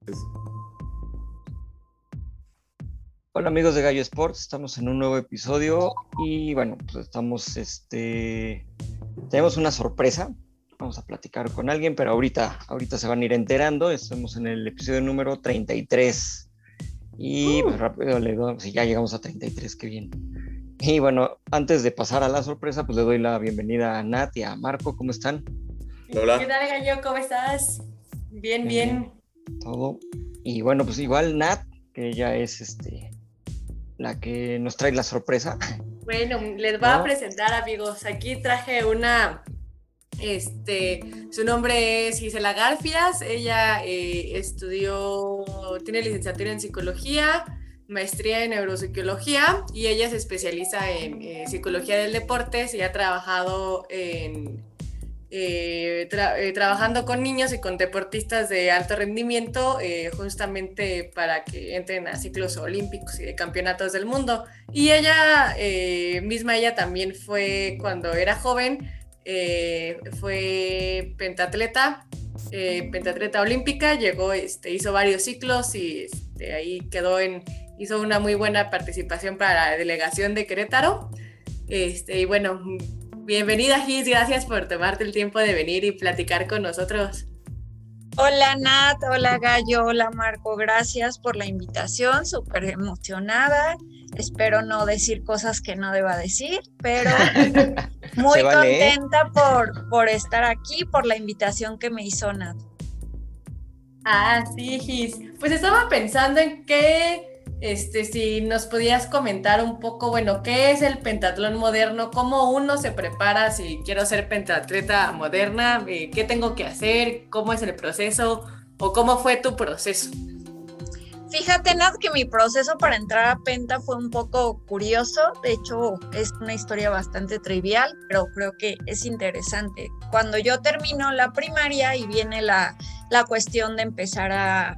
Hola amigos de Gallo Sports, estamos en un nuevo episodio y bueno, pues tenemos una sorpresa. Vamos a platicar con alguien, pero ahorita se van a ir enterando. Estamos en el episodio número 33 y pues rápido le doy, si ya llegamos a 33, qué bien. Y bueno, antes de pasar a la sorpresa, pues le doy la bienvenida a Nat y a Marco. ¿Cómo están? ¿Qué Hola. tal, Gallo? ¿Cómo estás? Bien, Bien, bien, bien. todo. Y bueno, pues igual Nat, que ella es la que nos trae la sorpresa, Bueno, les voy a ¿no? presentar, amigos. Aquí traje su nombre es Gisela Garfias. Ella tiene licenciatura en psicología, maestría en neuropsicología y ella se especializa en psicología del deporte. Y ha trabajado trabajando con niños y con deportistas de alto rendimiento, justamente para que entren a ciclos olímpicos y de campeonatos del mundo. Y ella también fue, cuando era joven, fue pentatleta olímpica, hizo varios ciclos y ahí hizo una muy buena participación para la delegación de Querétaro. Y bueno, bienvenida, Gis, gracias por tomarte el tiempo de venir y platicar con nosotros. Hola Nat, hola Gallo, hola Marco, gracias por la invitación, súper emocionada. Espero no decir cosas que no deba decir, pero Se muy vale, ¿eh? contenta por estar aquí, por la invitación que me hizo Nat. Ah, sí, Gis. Pues estaba pensando en si nos podías comentar un poco, bueno, ¿qué es el pentatlón moderno? ¿Cómo uno se prepara si quiero ser pentatleta moderna? ¿Qué tengo que hacer? ¿Cómo es el proceso? ¿O cómo fue tu proceso? Fíjate, Nat, que mi proceso para entrar a Penta fue un poco curioso. De hecho, es una historia bastante trivial, pero creo que es interesante. Cuando yo termino la primaria y viene la cuestión de empezar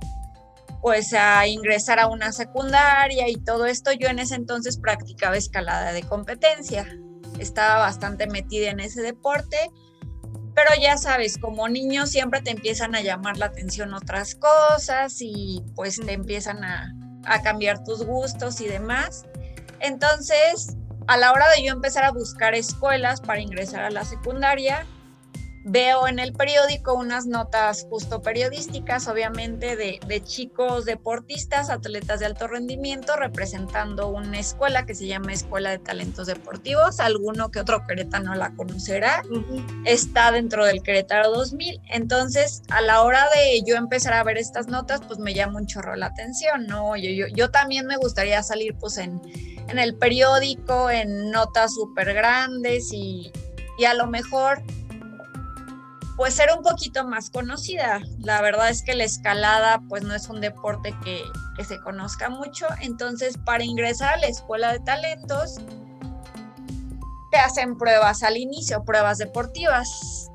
a ingresar a una secundaria y todo esto, yo en ese entonces practicaba escalada de competencia. Estaba bastante metida en ese deporte, pero ya sabes, como niño siempre te empiezan a llamar la atención otras cosas y pues te empiezan a cambiar tus gustos y demás. Entonces, a la hora de yo empezar a buscar escuelas para ingresar a la secundaria, veo en el periódico unas notas justo periodísticas, obviamente, de chicos deportistas, atletas de alto rendimiento, representando una escuela que se llama Escuela de Talentos Deportivos. Alguno que otro queretano la conocerá. Está dentro del Querétaro 2000. Entonces, a la hora de yo empezar a ver estas notas, pues me llama un chorro la atención, ¿no? Yo también me gustaría salir pues en el periódico, en notas súper grandes y a lo mejor pues ser un poquito más conocida. La verdad es que la escalada pues no es un deporte que se conozca mucho, entonces para ingresar a la escuela de talentos te hacen pruebas al inicio, pruebas deportivas.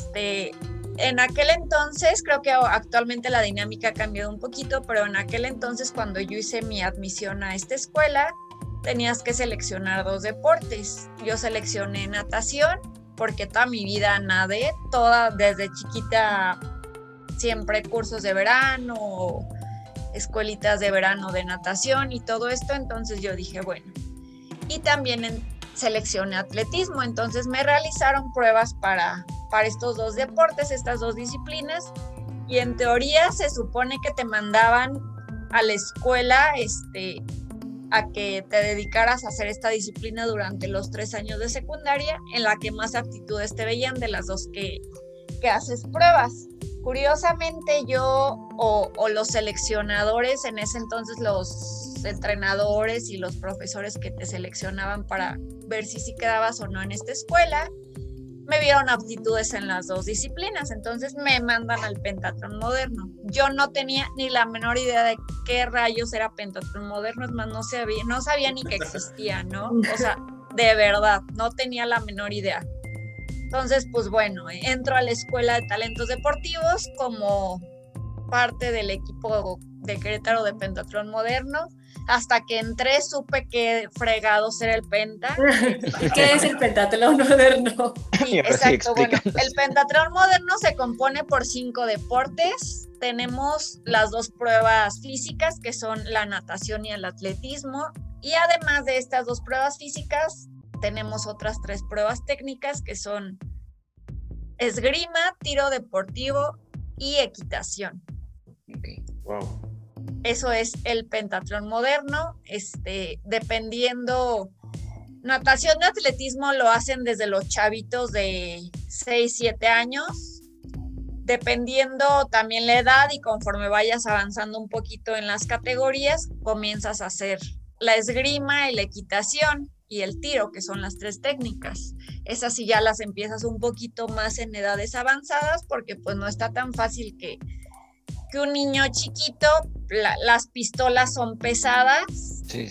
En aquel entonces, creo que actualmente la dinámica ha cambiado un poquito, pero en aquel entonces cuando yo hice mi admisión a esta escuela, tenías que seleccionar 2 deportes. Yo seleccioné natación porque toda mi vida nadé, desde chiquita, siempre cursos de verano, escuelitas de verano de natación y todo esto. Entonces yo dije, bueno, y también seleccioné atletismo. Entonces me realizaron pruebas para estos 2 deportes, estas 2 disciplinas, y en teoría se supone que te mandaban a la escuela a que te dedicaras a hacer esta disciplina durante los 3 años de secundaria, en la que más aptitudes te veían de las 2 que haces pruebas. Curiosamente o los seleccionadores, en ese entonces los entrenadores y los profesores que te seleccionaban para ver si sí quedabas o no en esta escuela, me vieron aptitudes en las 2 disciplinas, entonces me mandan al pentatlón moderno. Yo no tenía ni la menor idea de qué rayos era pentatlón moderno, es más, no sabía ni que existía, ¿no? O sea, de verdad, no tenía la menor idea. Entonces, pues bueno, entro a la Escuela de Talentos Deportivos como parte del equipo de Querétaro de pentatlón moderno. Hasta que entré supe que fregados era el penta. ¿Qué es el pentatlón moderno? Sí, exacto. Bueno, el pentatlón moderno se compone por 5 deportes. Tenemos las 2 pruebas físicas, que son la natación y el atletismo. Y además de estas 2 pruebas físicas, tenemos otras 3 pruebas técnicas, que son esgrima, tiro deportivo y equitación. Okay. Wow. Eso es el pentatlón moderno. Dependiendo, natación y atletismo lo hacen desde los chavitos de 6, 7 años. Dependiendo también la edad y conforme vayas avanzando un poquito en las categorías, comienzas a hacer la esgrima y la equitación y el tiro, que son las 3 técnicas. Esas sí ya las empiezas un poquito más en edades avanzadas, porque pues no está tan fácil que un niño chiquito, las pistolas son pesadas. Sí.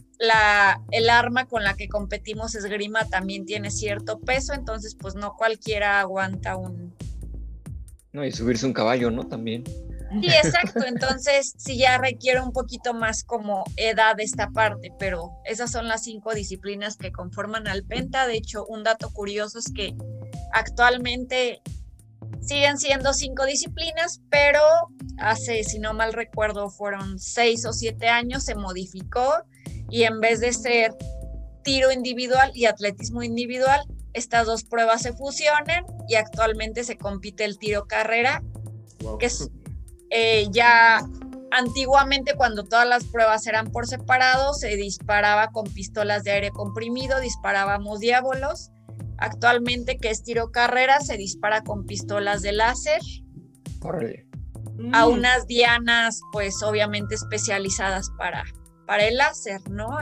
El arma con la que competimos esgrima también tiene cierto peso, entonces pues no cualquiera aguanta un... No, y subirse un caballo, ¿no? También. Sí, exacto, entonces sí ya requiere un poquito más como edad esta parte, pero esas son las 5 disciplinas que conforman al penta. De hecho, un dato curioso es que actualmente siguen siendo 5 disciplinas, pero hace, si no mal recuerdo, fueron 6 o 7 años, se modificó y en vez de ser tiro individual y atletismo individual, estas 2 pruebas se fusionan y actualmente se compite el tiro carrera, Wow. que es ya antiguamente, cuando todas las pruebas eran por separado, se disparaba con pistolas de aire comprimido, disparábamos diábolos. Actualmente, que es tiro carrera, se dispara con pistolas de láser. Órale. A unas dianas, pues obviamente especializadas para el láser, ¿no?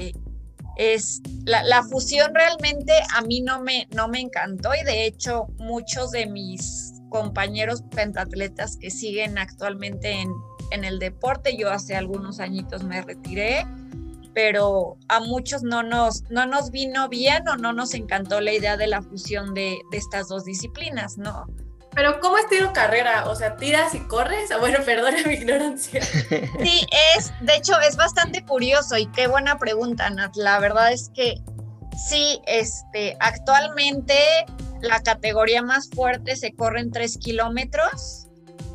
Es la fusión realmente a mí no me encantó, y de hecho muchos de mis compañeros pentatletas que siguen actualmente en el deporte, yo hace algunos añitos me retiré, pero a muchos no nos vino bien o no nos encantó la idea de la fusión de estas 2 disciplinas, ¿no? Pero ¿cómo es tiro carrera? O sea, ¿tiras y corres? Bueno, perdona mi ignorancia. Sí, de hecho es bastante curioso y qué buena pregunta, Nat. La verdad es que sí, actualmente la categoría más fuerte se corre en 3 kilómetros,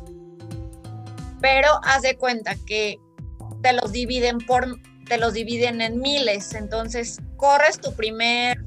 pero haz de cuenta que te los dividen en miles, entonces corres tu primer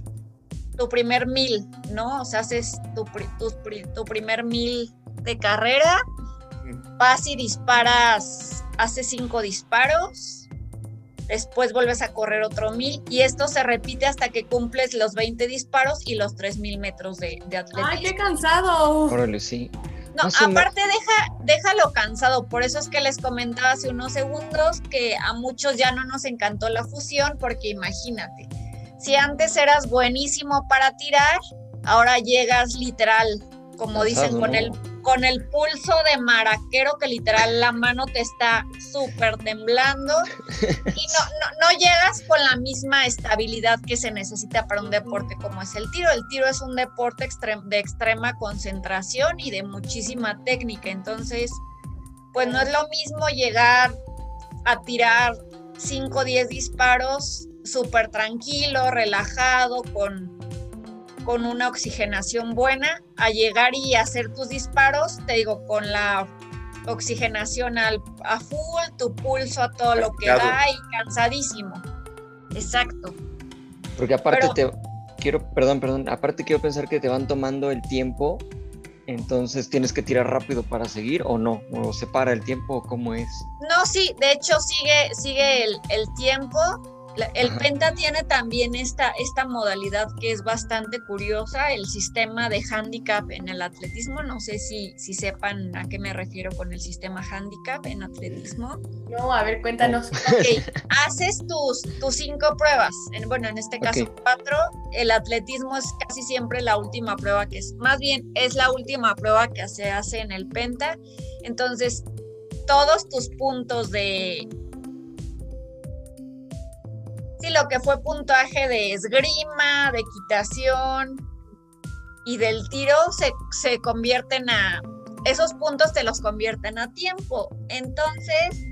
1000, ¿no? O sea, haces tu primer 1000 de carrera, vas y disparas, haces 5 disparos, después vuelves a correr otro 1000 y esto se repite hasta que cumples los 20 disparos y los 3000 metros de atletismo. ¡Ay, qué cansado! Órale, sí. No, aparte déjalo cansado, por eso es que les comentaba hace unos segundos que a muchos ya no nos encantó la fusión, porque imagínate, si antes eras buenísimo para tirar, ahora llegas literal, como dicen, con el pulso de maraquero, que literal la mano te está súper temblando y no llegas con la misma estabilidad que se necesita para un deporte como es el tiro. El tiro es un deporte de extrema concentración y de muchísima técnica, entonces pues no es lo mismo llegar a tirar 5 o 10 disparos súper tranquilo, relajado, con una oxigenación buena, a llegar y hacer tus disparos, te digo, con la oxigenación a full, tu pulso a todo lo que da y cansadísimo. Exacto. Porque aparte aparte quiero pensar que te van tomando el tiempo, entonces tienes que tirar rápido para seguir, o no, o se para el tiempo, o cómo es. No, sí, de hecho sigue el tiempo. El penta tiene también esta modalidad que es bastante curiosa, el sistema de handicap en el atletismo. No sé si sepan a qué me refiero con el sistema handicap en atletismo. No, a ver, cuéntanos. Ok, haces tus 5 pruebas, en este caso 4, el atletismo es casi siempre la última prueba es la última prueba que se hace en el penta, entonces todos tus puntos lo que fue puntaje de esgrima, de equitación y del tiro se convierten a esos puntos te los convierten a tiempo. Entonces,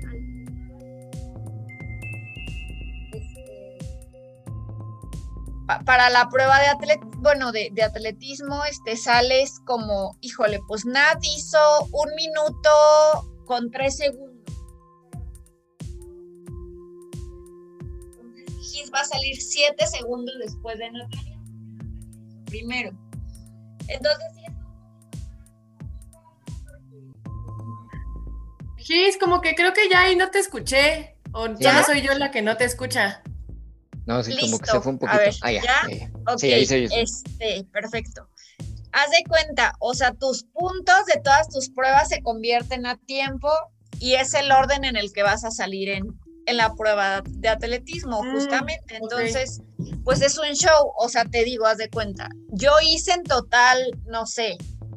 para la prueba de atletismo, sales como, híjole, pues Nat hizo 1 minuto con 3 segundos. Gis va a salir 7 segundos después de Natalia, primero. Entonces, sí es... Gis, como que creo que ya ahí no te escuché, o ¿Ya? solo soy yo la que no te escucha. No, sí, Listo. como que se fue un poquito. A ver, Ah, ya. ¿ya? Ok, Sí, ahí se oye. perfecto. Haz de cuenta, o sea, tus puntos de todas tus pruebas se convierten a tiempo y es el orden en el que vas a salir en la prueba de atletismo, justamente. Entonces, pues es un show, o sea, te digo, haz de cuenta. Yo hice en total, no sé,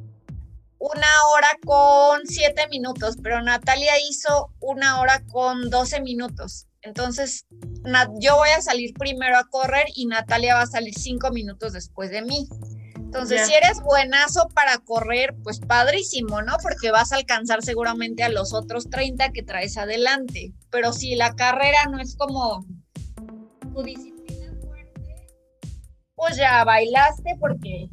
1 hora con 7 minutos, pero Natalia hizo 1 hora con 12 minutos. Entonces, yo voy a salir primero a correr y Natalia va a salir 5 minutos después de mí. Entonces, si eres buenazo para correr, pues padrísimo, ¿no? Porque vas a alcanzar seguramente a los otros 30 que traes adelante. Pero si la carrera no es como tu disciplina fuerte, pues ya bailaste porque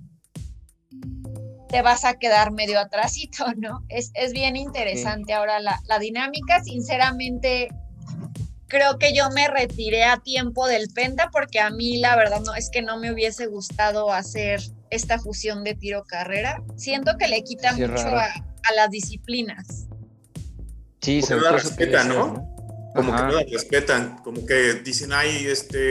te vas a quedar medio atrasito, ¿no? Es bien interesante ahora la dinámica. Sinceramente, creo que yo me retiré a tiempo del penta porque a mí la verdad no es que no me hubiese gustado hacer esta fusión de tiro-carrera. Siento que le quita mucho a las disciplinas. Sí, porque se no la respetan, ¿no? Como Ajá. que no la respetan, como que dicen, ay,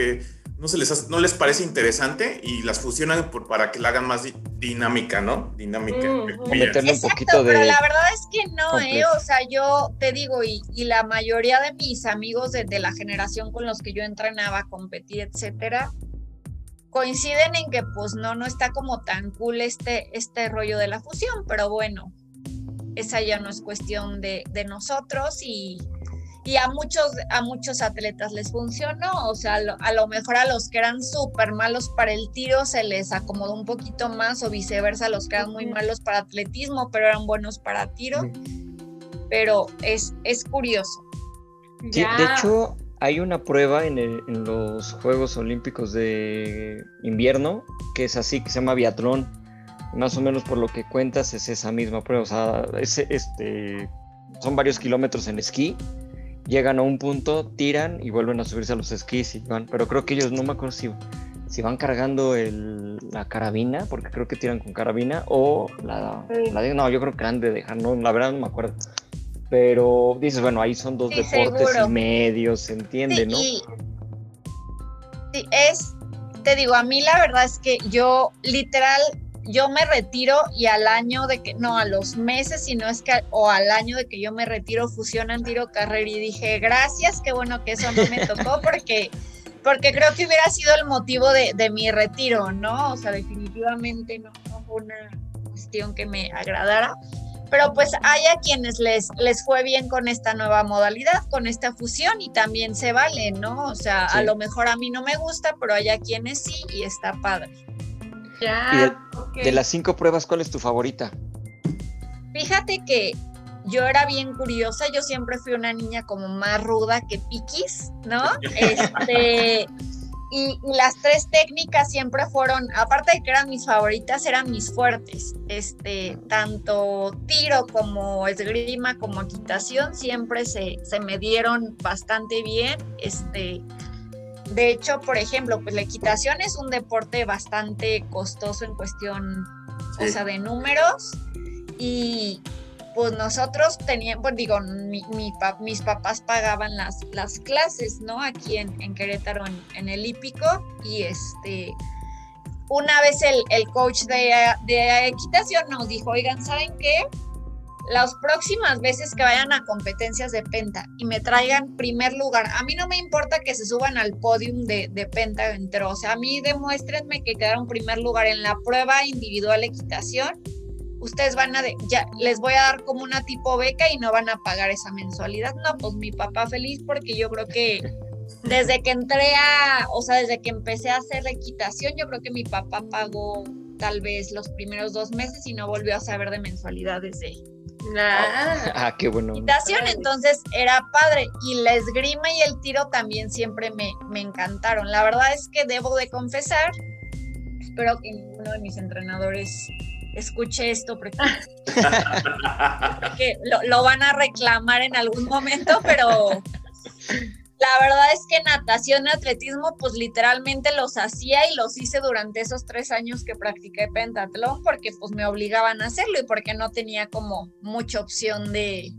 no les parece interesante y las fusionan para que la hagan más dinámica, ¿no? Dinámica. Meterle un poquito de... Pero la verdad es que no, o sea, yo te digo, y la mayoría de mis amigos de la generación con los que yo entrenaba, competí, etcétera, coinciden en que pues no está como tan cool este rollo de la fusión, pero bueno, esa ya no es cuestión de nosotros y a muchos atletas les funcionó, o sea, a lo mejor a los que eran súper malos para el tiro se les acomodó un poquito más o viceversa a los que eran muy malos para atletismo, pero eran buenos para tiro, pero es curioso. Sí, de hecho, hay una prueba en los Juegos Olímpicos de invierno que es así, que se llama biatlón. Más o menos por lo que cuentas es esa misma prueba, o sea, son varios kilómetros en esquí. Llegan a un punto, tiran y vuelven a subirse a los esquís y van. Pero creo que ellos, no me acuerdo si van cargando la carabina, porque creo que tiran con carabina, o no, yo creo que han de dejar, no, la verdad no me acuerdo. Pero dices, bueno, ahí son dos deportes seguro. Y medio, se entiende, ¿no? Sí, te digo, a mí la verdad es que yo me retiro y al año a los meses, o al año de que yo me retiro, fusionan tiro carrera y dije, gracias, qué bueno que eso no me tocó porque creo que hubiera sido el motivo de mi retiro, ¿no? O sea, definitivamente no fue una cuestión que me agradara, pero pues hay a quienes les fue bien con esta nueva modalidad, con esta fusión y también se vale, ¿no? O sea, sí. A lo mejor a mí no me gusta, pero hay a quienes sí y está padre. Y de las 5 pruebas, ¿cuál es tu favorita? Fíjate que yo era bien curiosa, yo siempre fui una niña como más ruda que piquis, ¿no? Y las 3 técnicas siempre fueron, aparte de que eran mis favoritas, eran mis fuertes. Tanto tiro como esgrima como equitación siempre se me dieron bastante bien. De hecho, por ejemplo, pues la equitación es un deporte bastante costoso en cuestión, sí. O sea, de números. Y pues nosotros teníamos, mis papás pagaban las clases, ¿no? Aquí en Querétaro, en el hípico. Y una vez el coach de equitación nos dijo, oigan, ¿saben qué? Las próximas veces que vayan a competencias de penta y me traigan primer lugar, a mí no me importa que se suban al podium de penta entero, o sea, a mí demuéstrenme que quedaron primer lugar en la prueba individual equitación, ustedes les voy a dar como una tipo beca y no van a pagar esa mensualidad. No, pues mi papá feliz porque yo creo que desde que desde que empecé a hacer la equitación, yo creo que mi papá pagó tal vez los primeros 2 meses y no volvió a saber de mensualidades Ah, qué bueno. Equitación, entonces era padre. Y la esgrima y el tiro también siempre me encantaron. La verdad es que debo de confesar, espero que ninguno de mis entrenadores escuche esto porque lo van a reclamar en algún momento, pero la verdad es que natación y atletismo, pues literalmente los hacía y los hice durante esos 3 años que practiqué pentatlón, porque pues me obligaban a hacerlo y porque no tenía como mucha opción de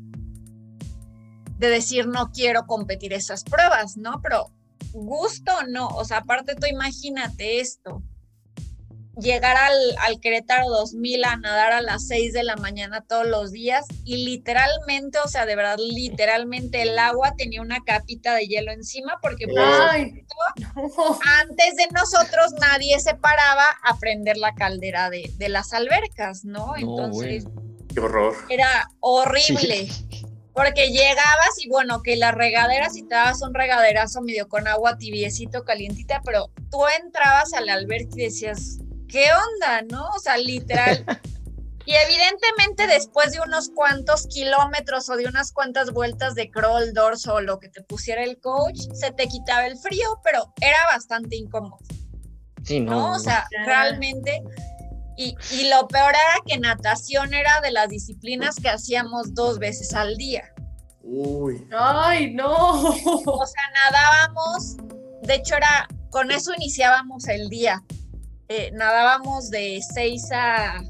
decir no quiero competir esas pruebas, ¿no? Pero gusto no, o sea, aparte tú imagínate esto, llegar al Querétaro 2000 a nadar a las 6 de la mañana todos los días y literalmente, o sea, de verdad, literalmente el agua tenía una capita de hielo encima porque Ay, antes de nosotros nadie se paraba a prender la caldera de las albercas, ¿no? Entonces, qué horror. era horrible. Sí. Porque llegabas y bueno, que las regaderas, si te dabas un regaderazo medio con agua tibiecito, calientita, pero tú entrabas a la alberca y decías, ¿qué onda, no? O sea, literal. Y evidentemente después de unos cuantos kilómetros o de unas cuantas vueltas de crawl, dorso o lo que te pusiera el coach, se te quitaba el frío, pero era bastante incómodo. Sí, ¿no? O sea, realmente. Y lo peor era que natación era de las disciplinas que hacíamos 2 veces al día. Uy. Ay, no. O sea, nadábamos, de hecho con eso iniciábamos el día. Nadábamos de 6 a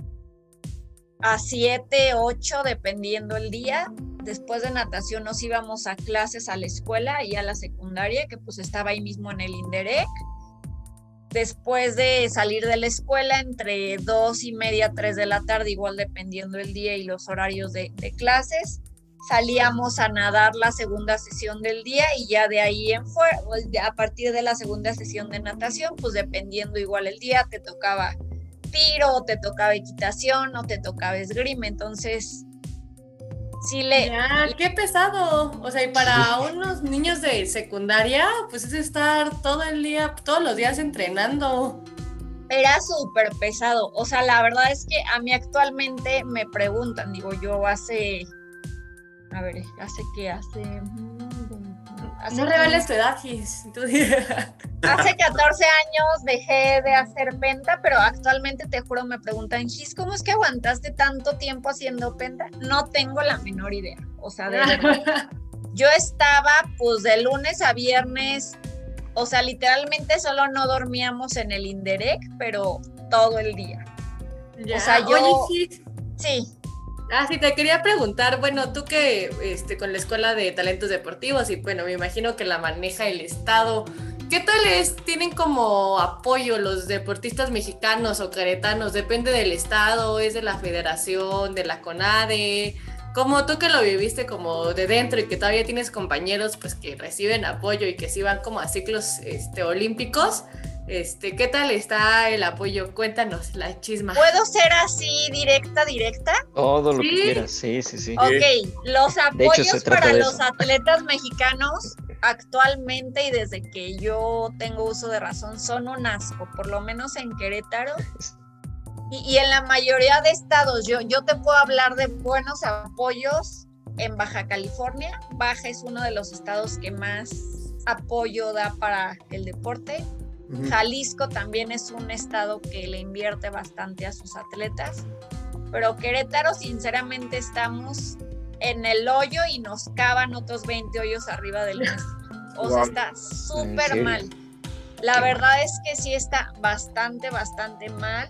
7, 8, dependiendo el día. Después de natación nos íbamos a clases a la escuela y a la secundaria, que pues estaba ahí mismo en el INDEREC. Después de salir de la escuela, entre 2:30, 3 de la tarde, igual dependiendo el día y los horarios de clases, salíamos a nadar la segunda sesión del día y ya de ahí en fuera, a partir de la segunda sesión de natación, pues dependiendo igual el día, te tocaba tiro, o te tocaba equitación, o te tocaba esgrima, entonces sí qué pesado. O sea, y para unos niños de secundaria, pues es estar todo el día, todos los días entrenando. Era súper pesado. O sea, la verdad es que a mí actualmente me preguntan, digo, yo hace no reveles tu edad, Gis. Hace 14 años dejé de hacer penta, pero actualmente te juro me preguntan, Gis, ¿cómo es que aguantaste tanto tiempo haciendo penta? No tengo la menor idea, o sea, de verdad. Yo estaba pues de lunes a viernes, o sea, literalmente solo no dormíamos en el INDEREC, pero todo el día. Ya. O sea, yo... Oye, Gis. Sí. Sí, te quería preguntar, bueno, tú que con la Escuela de Talentos Deportivos y bueno, me imagino que la maneja el Estado, ¿qué tal tienen como apoyo los deportistas mexicanos o queretanos? ¿Depende del Estado, es de la Federación, de la CONADE? Como tú que lo viviste como de dentro y que todavía tienes compañeros pues que reciben apoyo y que sí van como a ciclos olímpicos, ¿qué tal está el apoyo? Cuéntanos la chisma. ¿Puedo ser así directa? Todo lo que quieras, sí. Ok, los apoyos para los atletas mexicanos actualmente y desde que yo tengo uso de razón son un asco, por lo menos en Querétaro y en la mayoría de estados. Yo te puedo hablar de buenos apoyos en Baja California. Baja es uno de los estados que más apoyo da para el deporte. Jalisco también es un estado que le invierte bastante a sus atletas, pero Querétaro sinceramente estamos en el hoyo y nos cavan otros 20 hoyos arriba del nuestro. O sea, está súper mal. La verdad es que sí está bastante mal.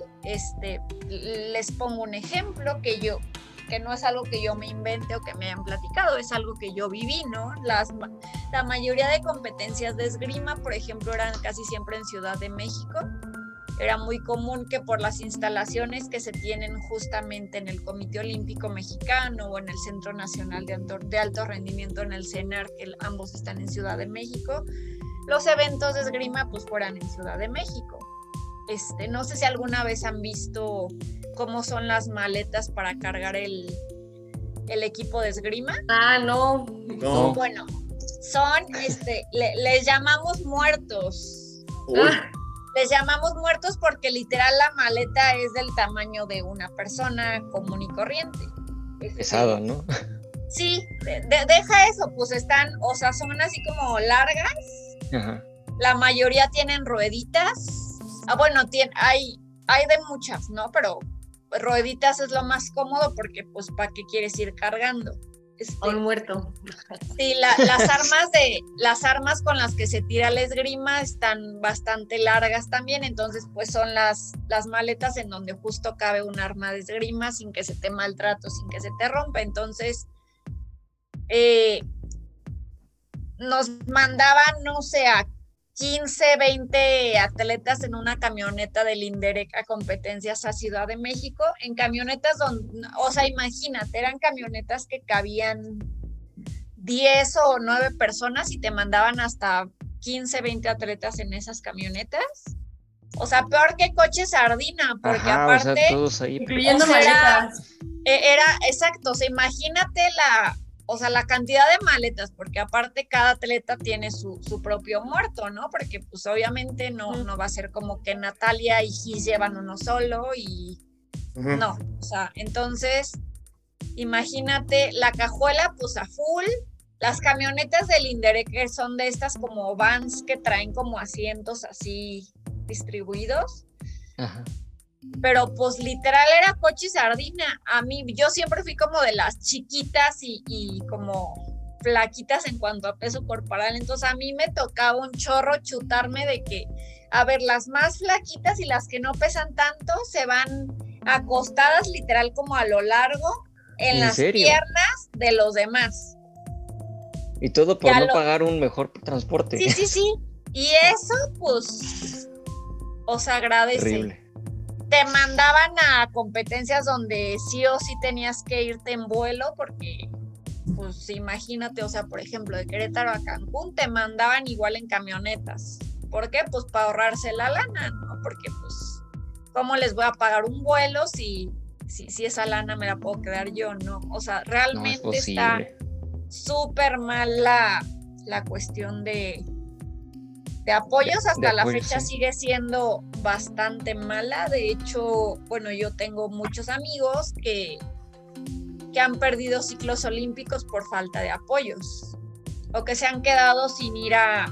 Les pongo un ejemplo que no es algo que yo me invente o que me hayan platicado, es algo que yo viví, ¿no? La mayoría de competencias de esgrima, por ejemplo, eran casi siempre en Ciudad de México. Era muy común que por las instalaciones que se tienen justamente en el Comité Olímpico Mexicano o en el Centro Nacional de Alto Rendimiento, en el CENAR, que ambos están en Ciudad de México, los eventos de esgrima pues fueran en Ciudad de México. No sé si alguna vez han visto cómo son las maletas para cargar el equipo de esgrima. No. Bueno, son, les llamamos muertos. Les llamamos muertos porque literal la maleta es del tamaño de una persona común y corriente. Pesado, ¿no? Sí, deja eso, pues están, o sea, son así como largas. Ajá. La mayoría tienen rueditas. Bueno, hay de muchas, ¿no? Pero rueditas es lo más cómodo porque, pues, ¿para qué quieres ir cargando? A un muerto. Sí, las armas con las que se tira la esgrima están bastante largas también, entonces pues son las maletas en donde justo cabe un arma de esgrima sin que se te maltrate, sin que se te rompa. Entonces nos mandaban, no sé, a 15, 20 atletas en una camioneta del INDEREC a competencias a Ciudad de México, en camionetas donde, o sea, imagínate, eran camionetas que cabían 10 o 9 personas y te mandaban hasta 15, 20 atletas en esas camionetas. O sea, peor que coche sardina, porque Ajá, aparte... o sea, todos ahí. Incluyendo o sea, maletas. Era, exacto, o sea, imagínate la cantidad de maletas, porque aparte cada atleta tiene su propio muerto, ¿no? Porque pues obviamente no va a ser como que Natalia y Gis llevan uno solo y... No, o sea, entonces, imagínate la cajuela pues a full, las camionetas del INDEREC que son de estas como vans que traen como asientos así distribuidos. Ajá. Pero pues literal era coche sardina. A mí, yo siempre fui como de las chiquitas y como flaquitas en cuanto a peso corporal, entonces a mí me tocaba un chorro chutarme de que, a ver, las más flaquitas y las que no pesan tanto se van acostadas literal como a lo largo en las piernas de los demás. Y todo por no pagar un mejor transporte. Sí. Y eso, pues, os agradece. Terrible. Te mandaban a competencias donde sí o sí tenías que irte en vuelo porque, pues imagínate, o sea, por ejemplo, de Querétaro a Cancún te mandaban igual en camionetas. ¿Por qué? Pues para ahorrarse la lana, ¿no? Porque, pues, ¿cómo les voy a pagar un vuelo si esa lana me la puedo quedar yo, no? O sea, realmente no está súper mal la cuestión de apoyos. Hasta la fecha sigue siendo bastante mala. De hecho, bueno, yo tengo muchos amigos que han perdido ciclos olímpicos por falta de apoyos o que se han quedado sin ir a,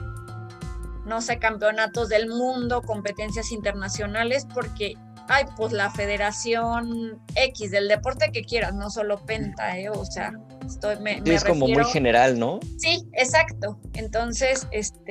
no sé, campeonatos del mundo, competencias internacionales porque, pues la Federación X del deporte que quieras, no solo penta, o sea, me es refiero, como muy general, ¿no? Sí, exacto. Entonces,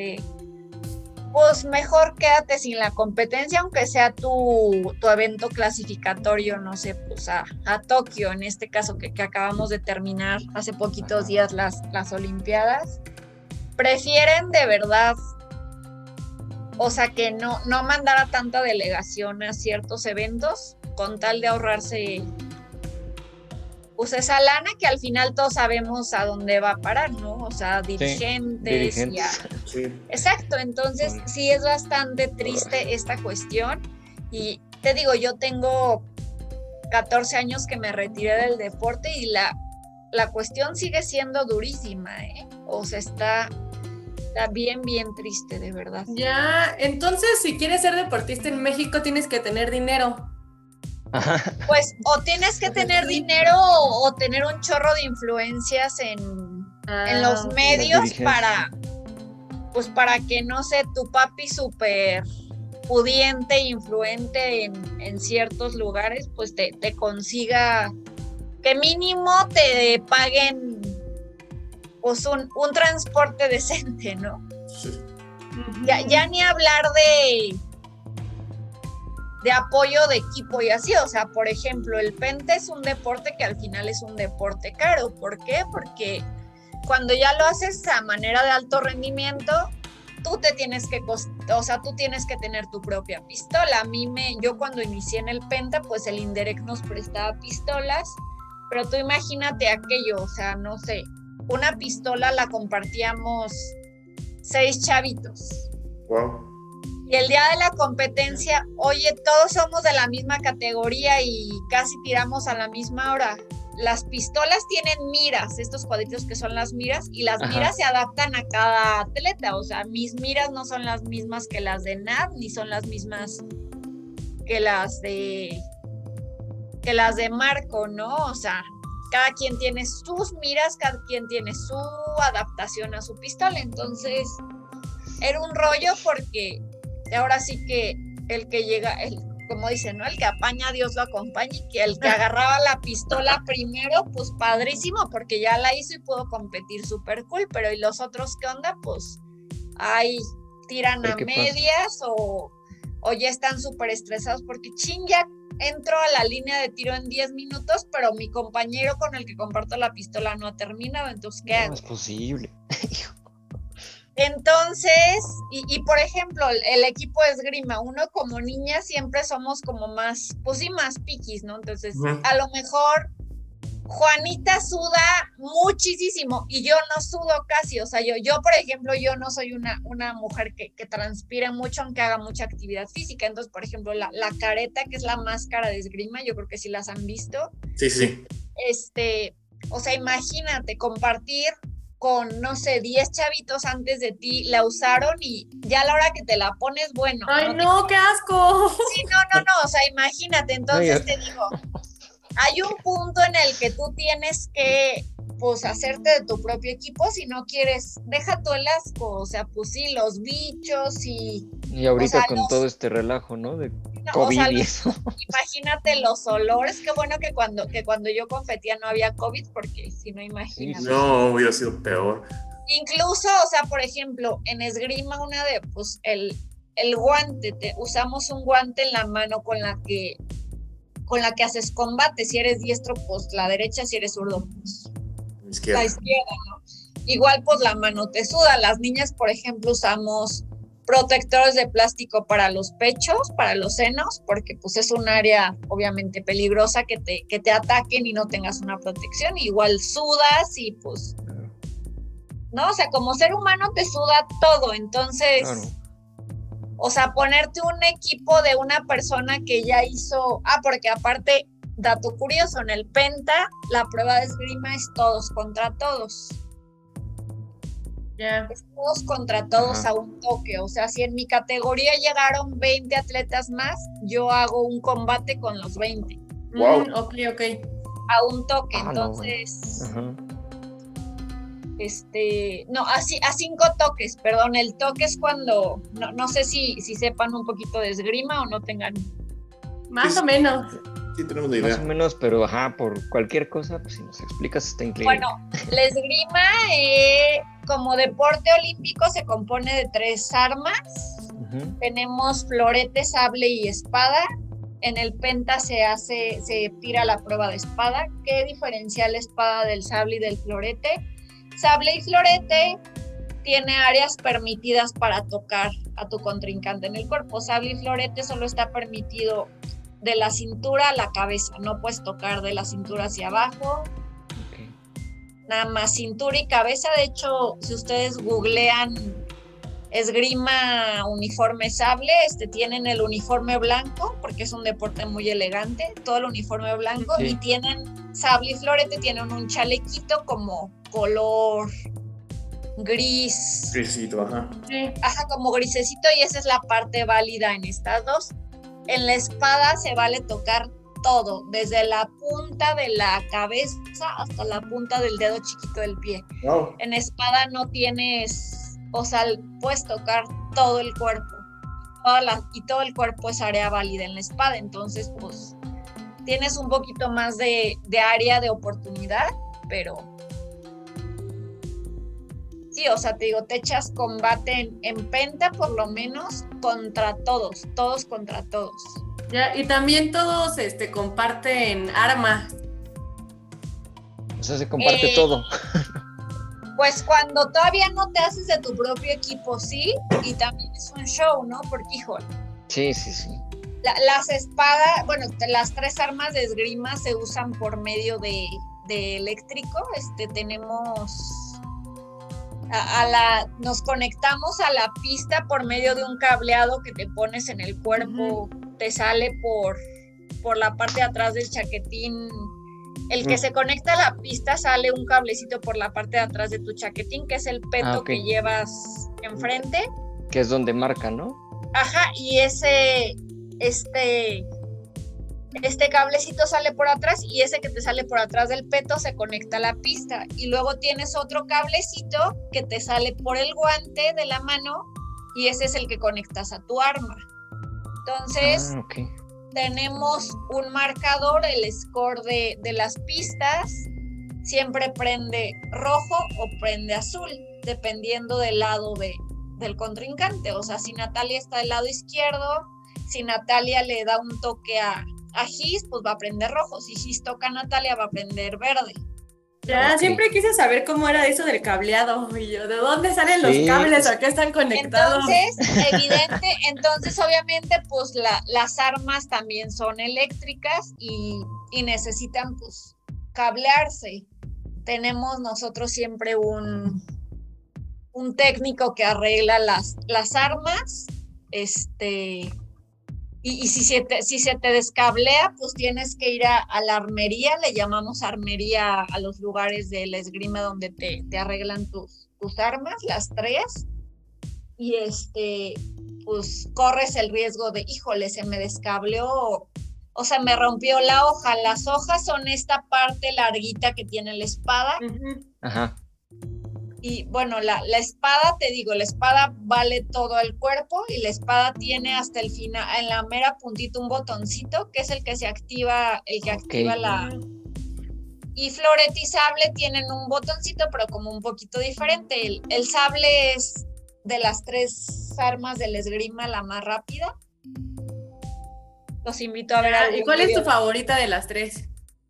pues mejor quédate sin la competencia, aunque sea tu evento clasificatorio, no sé, pues a Tokio, en este caso que acabamos de terminar hace poquitos días las Olimpiadas. Prefieren de verdad, o sea, que no mandara tanta delegación a ciertos eventos con tal de ahorrarse pues esa lana que al final todos sabemos a dónde va a parar, ¿no? O sea, dirigentes. Sí. Exacto, entonces sí es bastante triste esta cuestión y te digo, yo tengo 14 años que me retiré del deporte y la cuestión sigue siendo durísima, ¿eh? O sea, está bien triste, de verdad. Ya, entonces si quieres ser deportista en México tienes que tener dinero. Pues o tienes que tener dinero o tener un chorro de influencias en los medios para que, no sé, tu papi súper pudiente e influente en ciertos lugares, pues te consiga que mínimo te paguen pues un transporte decente, ¿no? Sí. Ya ni hablar de apoyo de equipo y así, o sea, por ejemplo, el penta es un deporte que al final es un deporte caro. ¿Por qué? Porque cuando ya lo haces a manera de alto rendimiento, tú tienes que tener tu propia pistola. Yo cuando inicié en el penta, pues el INDEREC nos prestaba pistolas, pero tú imagínate aquello, o sea, no sé, una pistola la compartíamos 6 chavitos. Wow. Y el día de la competencia, oye, todos somos de la misma categoría y casi tiramos a la misma hora. Las pistolas tienen miras, estos cuadritos que son las miras, y las miras se adaptan a cada atleta. O sea, mis miras no son las mismas que las de Nat, ni son las mismas que las de Marco, ¿no? O sea, cada quien tiene sus miras, cada quien tiene su adaptación a su pistola, entonces era un rollo porque ahora sí que el que llega, como dicen, ¿no? El que apaña, Dios lo acompaña, y que el que agarraba la pistola primero, pues padrísimo, porque ya la hizo y pudo competir súper cool, pero ¿y los otros qué onda? Pues ahí tiran a medias o ya están súper estresados porque ya entro a la línea de tiro en 10 minutos, pero mi compañero con el que comparto la pistola no ha terminado, entonces ¿qué hago? No es posible. Entonces, y por ejemplo, el equipo de esgrima, uno como niña siempre somos como más, pues sí, más piquis, ¿no? Entonces, a lo mejor Juanita suda muchísimo y yo no sudo casi, o sea, yo por ejemplo, yo no soy una mujer que transpire mucho aunque haga mucha actividad física, entonces, por ejemplo, la careta, que es la máscara de esgrima, yo creo que sí las han visto. Sí. O sea, imagínate, compartir con, no sé, 10 chavitos antes de ti, la usaron y ya a la hora que te la pones, bueno. ¡Ay, no, qué asco! Sí, no, o sea, imagínate, entonces te digo, hay un punto en el que tú tienes que, pues, hacerte de tu propio equipo si no quieres, deja todo el asco, o sea, pues sí, los bichos y ahorita, o sea, con todo este relajo, ¿no? De COVID, o sea, y eso. Imagínate los olores, qué bueno que cuando yo competía no había COVID, porque si no, imagínate. No, hubiera sido peor. Incluso, o sea, por ejemplo, en esgrima pues el guante, usamos un guante en la mano con la que haces combate. Si eres diestro, pues la derecha; si eres zurdo, pues la izquierda, ¿no? Igual, pues la mano te suda. Las niñas, por ejemplo, usamos protectores de plástico para los pechos, para los senos, porque pues es un área obviamente peligrosa que te ataquen y no tengas una protección. Igual sudas y pues, ¿no? O sea, como ser humano te suda todo, entonces, claro. O sea, ponerte un equipo de una persona que ya hizo, porque aparte, dato curioso, en el penta, la prueba de esgrima es todos contra todos. Es todos contra todos a un toque, o sea, si en mi categoría llegaron 20 atletas más, yo hago un combate con los 20. Wow. Ok. A un toque, entonces, a 5 toques, perdón. El toque es cuando, no sé si sepan un poquito de esgrima o no tengan. Más o menos. Sí, tenemos una idea. Más o menos, pero por cualquier cosa, pues si nos explicas, está increíble. Bueno, la esgrima como deporte olímpico se compone de 3 armas. Tenemos florete, sable y espada. En el penta se tira la prueba de espada. ¿Qué diferencia la espada del sable y del florete? Sable y florete tiene áreas permitidas para tocar a tu contrincante en el cuerpo. Sable y florete solo está permitido de la cintura a la cabeza, no puedes tocar de la cintura hacia abajo. Nada más cintura y cabeza. De hecho, si ustedes googlean esgrima uniforme sable, tienen el uniforme blanco, porque es un deporte muy elegante, todo el uniforme blanco, y tienen sable y florete, tienen un chalequito como color gris. Grisito, ajá. Ajá, como grisecito, y esa es la parte válida en estas dos. En la espada se vale tocar todo, desde la punta de la cabeza hasta la punta del dedo chiquito del pie. Wow. En espada no tienes, o sea, puedes tocar todo el cuerpo. Y todo el cuerpo es área válida en la espada, entonces pues tienes un poquito más de área de oportunidad, pero sí, o sea, te digo, te echas combate en penta por lo menos contra todos contra todos. Ya, y también todos comparten armas. O sea, se comparte todo. Pues cuando todavía no te haces de tu propio equipo, sí, y también es un show, ¿no? Porque, híjole. Sí. Las espadas, bueno, las 3 armas de esgrima se usan por medio de eléctrico. Tenemos nos conectamos a la pista por medio de un cableado que te pones en el cuerpo, te sale por la parte de atrás del chaquetín. El que se conecta a la pista, sale un cablecito por la parte de atrás de tu chaquetín, que es el peto que llevas enfrente. Que es donde marca, ¿no? Ajá, y este cablecito sale por atrás y ese que te sale por atrás del peto se conecta a la pista. Y luego tienes otro cablecito que te sale por el guante de la mano y ese es el que conectas a tu arma. Entonces, tenemos un marcador, el score de las pistas. Siempre prende rojo o prende azul, dependiendo del lado del contrincante. O sea, si Natalia está del lado izquierdo, si Natalia le da un toque a Gis, pues va a prender rojo. Si Gis toca a Natalia, va a prender verde. Ya, siempre quise saber cómo era eso del cableado. Y yo, ¿de dónde salen los cables? ¿A qué están conectados? Entonces, obviamente, pues las armas también son eléctricas y necesitan, pues, cablearse. Tenemos nosotros siempre un técnico que arregla las armas, y si se te descablea, pues tienes que ir a la armería, le llamamos armería a los lugares de la esgrima donde te arreglan tus armas, las 3, y pues corres el riesgo de, híjole, se me descableó, o sea, me rompió la hoja. Las hojas son esta parte larguita que tiene la espada. Ajá. Y bueno, la espada, te digo, la espada vale todo el cuerpo y la espada tiene hasta el final, en la mera puntita, un botoncito que es el que se activa, activa la... Y florete y sable tienen un botoncito, pero como un poquito diferente. El sable es de las 3 armas del esgrima la más rápida. Los invito a ver algo. ¿Y cuál es tu favorita de las 3?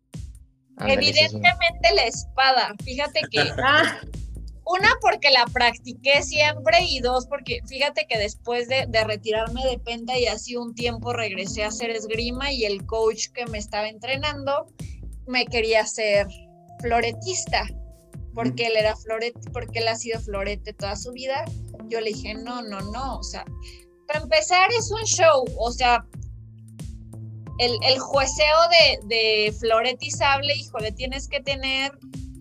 Evidentemente la espada. Fíjate que una, porque la practiqué siempre, y 2, porque fíjate que después de retirarme de penta y así un tiempo regresé a hacer esgrima, y el coach que me estaba entrenando me quería hacer floretista porque él era florete, porque él ha sido florete toda su vida. Yo le dije, no, o sea, para empezar es un show, o sea, el jueceo de florete y sable, híjole, tienes que tener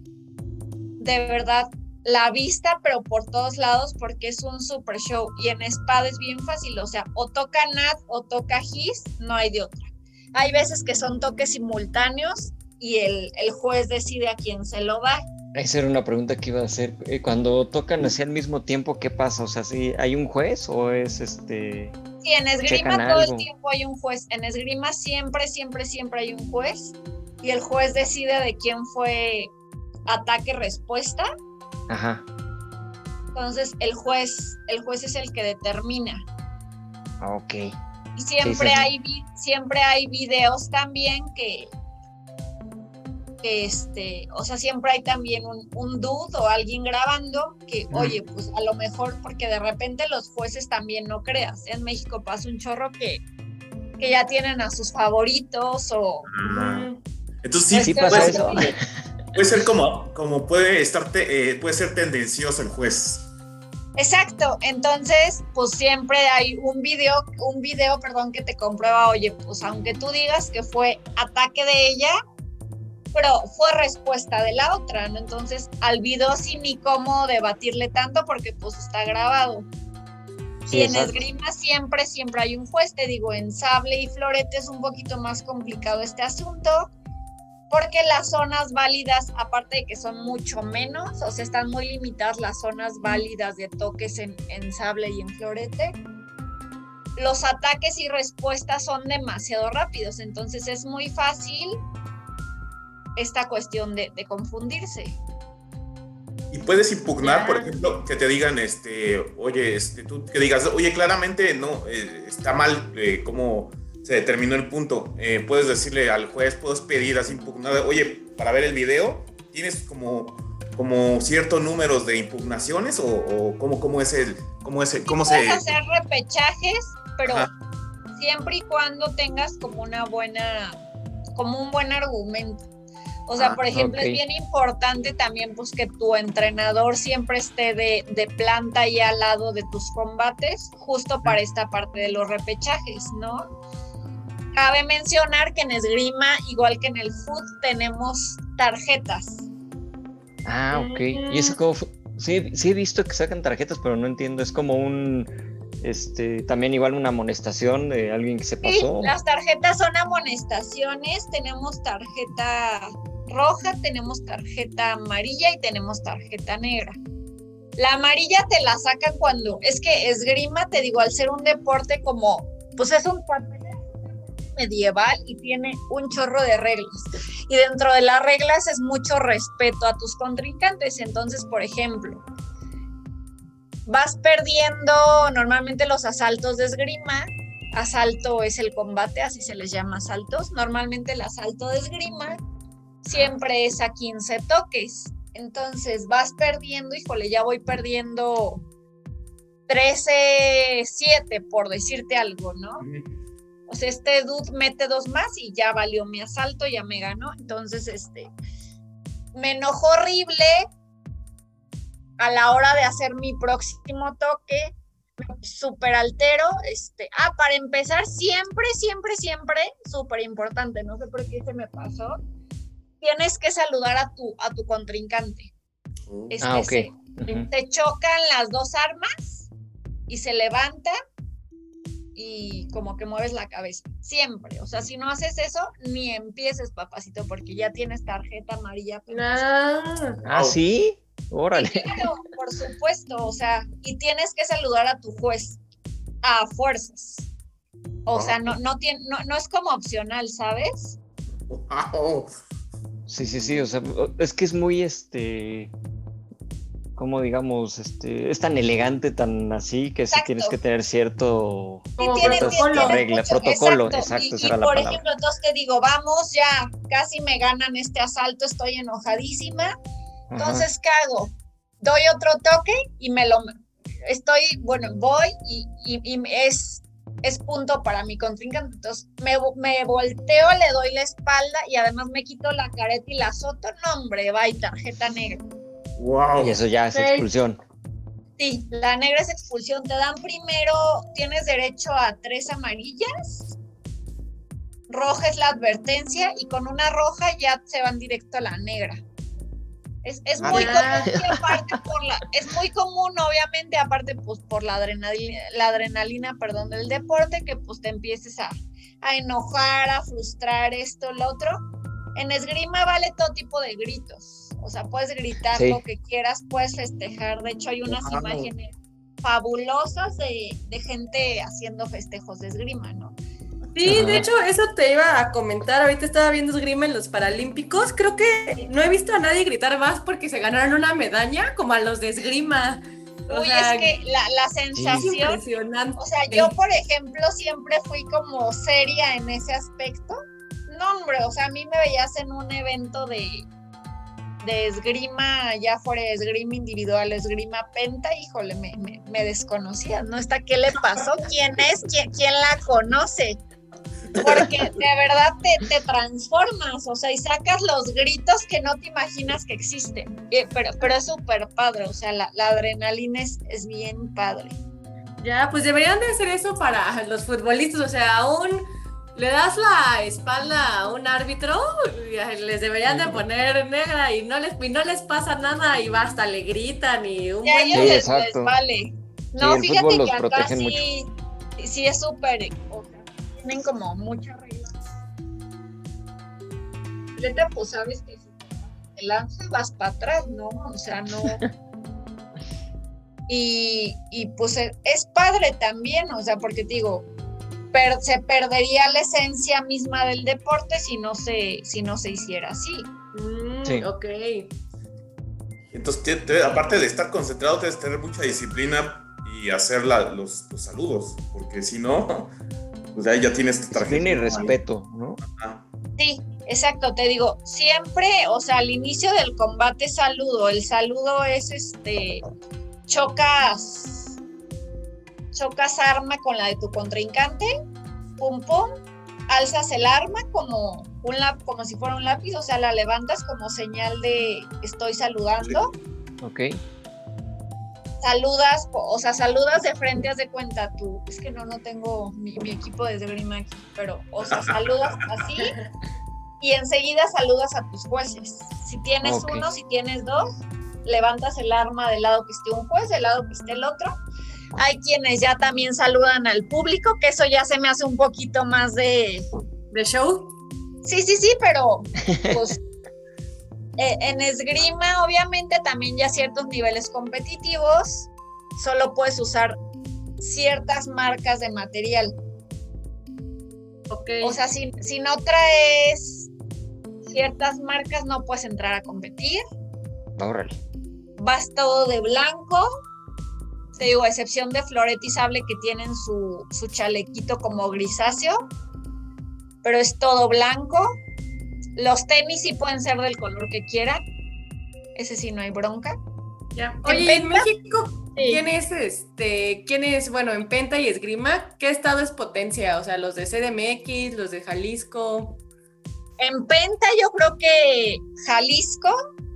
de verdad la vista, pero por todos lados, porque es un super show. Y en espada es bien fácil, o sea, o toca Nat o toca Gis, no hay de otra. Hay veces que son toques simultáneos y el juez decide a quién se lo da. Esa era una pregunta que iba a hacer. Cuando tocan así al mismo tiempo, ¿qué pasa? O sea, ¿sí hay un juez o es Sí, en esgrima todo el tiempo hay un juez. En esgrima siempre hay un juez, y el juez decide de quién fue ataque-respuesta. Ajá. Entonces el juez es el que determina. Ok. Y siempre hay videos también que o sea, siempre hay también un dude o alguien grabando que, oye, pues a lo mejor, porque de repente los jueces también, no creas, en México pasa un chorro que ya tienen a sus favoritos o... Entonces sí pasa eso. Puede ser como puede ser tendencioso el juez. Exacto, entonces pues siempre hay un video, que te comprueba, oye, pues aunque tú digas que fue ataque de ella, pero fue respuesta de la otra, ¿no? Entonces al video sí ni cómo debatirle tanto porque pues está grabado. Sí, y en esgrima siempre hay un juez, te digo, en sable y florete es un poquito más complicado este asunto, porque las zonas válidas, aparte de que son mucho menos, o sea, están muy limitadas las zonas válidas de toques en sable y en florete, los ataques y respuestas son demasiado rápidos, entonces es muy fácil esta cuestión de confundirse. Y puedes impugnar, por ejemplo, que te digan, tú que digas, oye, claramente no, está mal cómo se determinó el punto. Puedes decirle al juez, puedes pedir así impugnado, oye, para ver el video, ¿tienes como ciertos números de impugnaciones o cómo se puedes hacer repechajes, pero siempre y cuando tengas como un buen argumento. O sea, por ejemplo, es bien importante también pues que tu entrenador siempre esté de planta y al lado de tus combates, justo para esta parte de los repechajes, ¿no? Cabe mencionar que en esgrima, igual que en el foot, tenemos tarjetas. Ok. ¿Y eso cómo? Sí he visto que sacan tarjetas, pero no entiendo. Es como también igual una amonestación de alguien que se Sí, pasó. las tarjetas son amonestaciones, tenemos tarjeta roja, tenemos tarjeta amarilla y tenemos tarjeta negra. La amarilla te la sacan cuando, es que esgrima, te digo, al ser un deporte como, pues es un medieval y tiene un chorro de reglas. Y dentro de las reglas es mucho respeto a tus contrincantes. Entonces, por ejemplo, vas perdiendo normalmente los asaltos de esgrima. Asalto es el combate, así se les llama asaltos. Normalmente el asalto de esgrima siempre es a 15 toques. Entonces vas perdiendo, híjole, ya voy perdiendo 13-7 por decirte algo, ¿no? O sea, este dude mete 2 más y ya valió mi asalto, ya me ganó. Entonces, me enojó horrible a la hora de hacer mi próximo toque. Súper altero. Para empezar, siempre, súper importante, no sé por qué se me pasó, tienes que saludar a tu contrincante. Ok. Se chocan las 2 armas y se levanta y como que mueves la cabeza, siempre. O sea, si no haces eso, ni empieces, papacito, porque ya tienes tarjeta amarilla. ¿Sí? Órale. Sí, claro, por supuesto, o sea, y tienes que saludar a tu juez a fuerzas. O sea, no es como opcional, ¿sabes? Wow. Sí, o sea, es que es muy, como digamos, es tan elegante, tan así, que sí tienes que tener cierto protocolo, exacto, esa era la por palabra. ejemplo, entonces te digo, vamos, ya, casi me ganan este asalto, estoy enojadísima, entonces, ¿qué hago? Doy otro toque y voy y es punto para mi contrincante. Entonces me volteo, le doy la espalda y además me quito la careta y la azoto. No, hombre, va y tarjeta negra. Wow. Y eso ya es expulsión. Sí, la negra es expulsión. Te dan primero, tienes derecho a 3 amarillas. Roja es la advertencia y con una roja ya se van directo a la negra. Es muy común que aparte es muy común, obviamente, aparte pues por la adrenalina, del deporte, que pues te empieces a enojar, a frustrar esto, lo otro. En esgrima vale todo tipo de gritos, o sea, puedes gritar lo que quieras, puedes festejar. De hecho, hay unas imágenes fabulosas de gente haciendo festejos de esgrima, ¿no? Sí, de hecho, eso te iba a comentar. Ahorita estaba viendo esgrima en los Paralímpicos. Creo que no he visto a nadie gritar más porque se ganaron una medalla como a los de esgrima. Uy, es que la sensación, impresionante. O sea, yo, por ejemplo, siempre fui como seria en ese aspecto. No, hombre, o sea, a mí me veías en un evento de esgrima, ya fuera esgrima individual, esgrima penta, híjole, me desconocía, ¿no? ¿Hasta qué le pasó? ¿Quién es? ¿Quién la conoce? Porque de verdad te transformas, o sea, y sacas los gritos que no te imaginas que existen. Pero es súper padre, o sea, la adrenalina es bien padre. Ya, pues deberían de hacer eso para los futbolistas, o sea, aún le das la espalda a un árbitro, les deberían de poner negra y no les pasa nada y basta, le gritan y un ya a ellos les vale. No, sí, fíjate que acá sí es súper, o sea, tienen como muchas reglas. Neta, pues sabes que si te lanzas vas para atrás, ¿no? O sea, no. Y pues es padre también, o sea, porque te digo, se perdería la esencia misma del deporte si no se hiciera así. Sí. Ok. Entonces, aparte de estar concentrado, tienes que tener mucha disciplina y hacer los saludos, porque si no, pues ahí ya tienes tu tarjeta. Tiene respeto, ¿no? Ajá. Sí, exacto, te digo, siempre, o sea, al inicio del combate saludo, el saludo es chocas arma con la de tu contrincante, pum pum, alzas el arma como si fuera un lápiz, o sea, la levantas como señal de estoy saludando. Ok. Saludas de frente, haz de cuenta tú, es que no tengo mi equipo de esgrima aquí, pero, o sea, saludas así y enseguida saludas a tus jueces. Si tienes uno, si tienes 2, levantas el arma del lado que esté un juez, del lado que esté el otro, Hay quienes ya también saludan al público, que eso ya se me hace un poquito más de show. Sí, pero pues en esgrima obviamente también ya ciertos niveles competitivos solo puedes usar ciertas marcas de material. Okay. O sea, si no traes ciertas marcas no puedes entrar a competir. Órale. Vas todo de blanco. Te digo, a excepción de Floret y Sable que tienen su chalequito como grisáceo, pero es todo blanco. Los tenis sí pueden ser del color que quieran. Ese sí no hay bronca. Ya. Oye, ¿en México sí. quién es, bueno, en penta y esgrima, qué estado es potencia? O sea, los de CDMX, los de Jalisco. En penta yo creo que Jalisco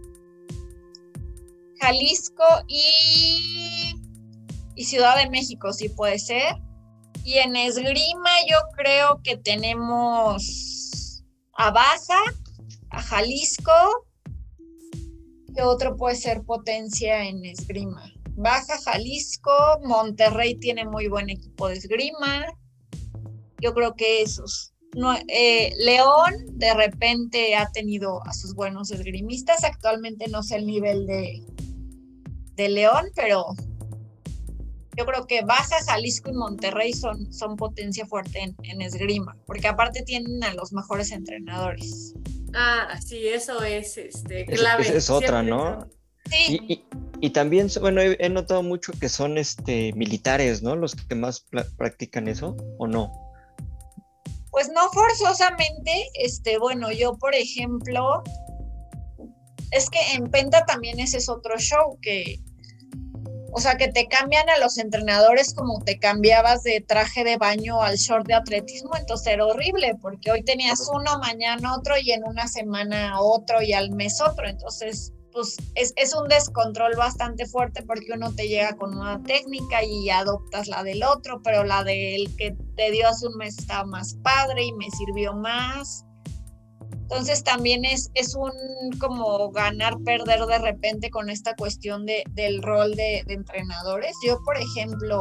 y Ciudad de México sí puede ser. Y en esgrima yo creo que tenemos a Baja, a Jalisco. ¿Qué otro puede ser potencia en esgrima? Baja, Jalisco, Monterrey tiene muy buen equipo de esgrima. Yo creo que esos. No, León de repente ha tenido a sus buenos esgrimistas. Actualmente no sé el nivel de León, pero yo creo que Baja, Jalisco y Monterrey son potencia fuerte en esgrima, porque aparte tienen a los mejores entrenadores. Ah, sí, eso es clave. Esa es otra, ¿no? Sí. Y también, bueno, he notado mucho que son militares, ¿no? Los que más practican eso, ¿o no? Pues no forzosamente, bueno, yo por ejemplo, es que en penta también ese es otro show o sea, que te cambian a los entrenadores como te cambiabas de traje de baño al short de atletismo, entonces era horrible, porque hoy tenías uno, mañana otro, y en una semana otro, y al mes otro, entonces, pues, es un descontrol bastante fuerte, porque uno te llega con una técnica y adoptas la del otro, pero la del que te dio hace un mes estaba más padre y me sirvió más. Entonces también es un como ganar-perder de repente con esta cuestión del rol de entrenadores. Yo, por ejemplo,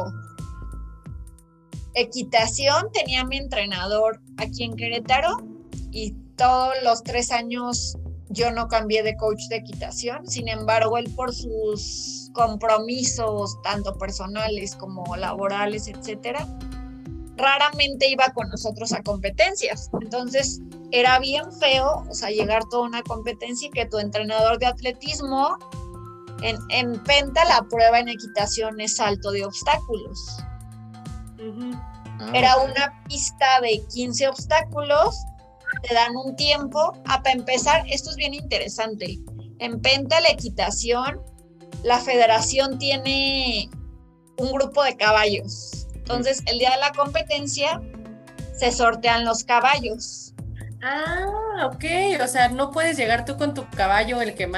equitación, tenía mi entrenador aquí en Querétaro y todos los 3 años yo no cambié de coach de equitación. Sin embargo, él por sus compromisos, tanto personales como laborales, etcétera, raramente iba con nosotros a competencias. Entonces era bien feo, o sea, llegar toda una competencia y que tu entrenador de atletismo en penta, la prueba en equitación es salto de obstáculos. Era una pista de 15 obstáculos, te dan un tiempo. Para empezar, esto es bien interesante, en penta, la equitación, la federación tiene un grupo de caballos. Entonces, el día de la competencia se sortean los caballos. Ah, ok. O sea, no puedes llegar tú con tu caballo, el que más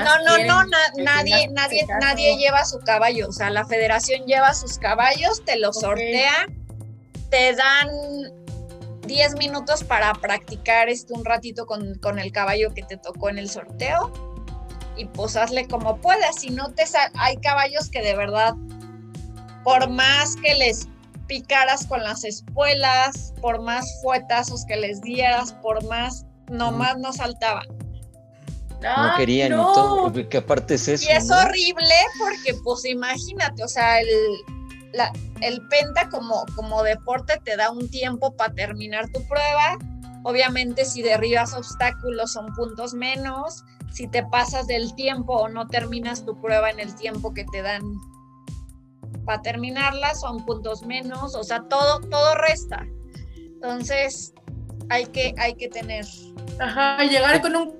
nadie lleva su caballo. O sea, la federación lleva sus caballos, te los sortean, te dan 10 minutos para practicar un ratito con el caballo que te tocó en el sorteo y pues hazle como puedas. Si no hay caballos que de verdad, por más que les picaras con las espuelas, por más fuetazos que les dieras, por más, nomás no saltaban. No querían, no. Y todo, que aparte es eso. Y es horrible porque, pues imagínate, o sea, el penta como deporte te da un tiempo para terminar tu prueba. Obviamente, si derribas obstáculos son puntos menos. Si te pasas del tiempo o no terminas tu prueba en el tiempo que te dan para terminarla, son puntos menos, o sea, todo resta. Entonces, hay que tener. Ajá, llegar con un...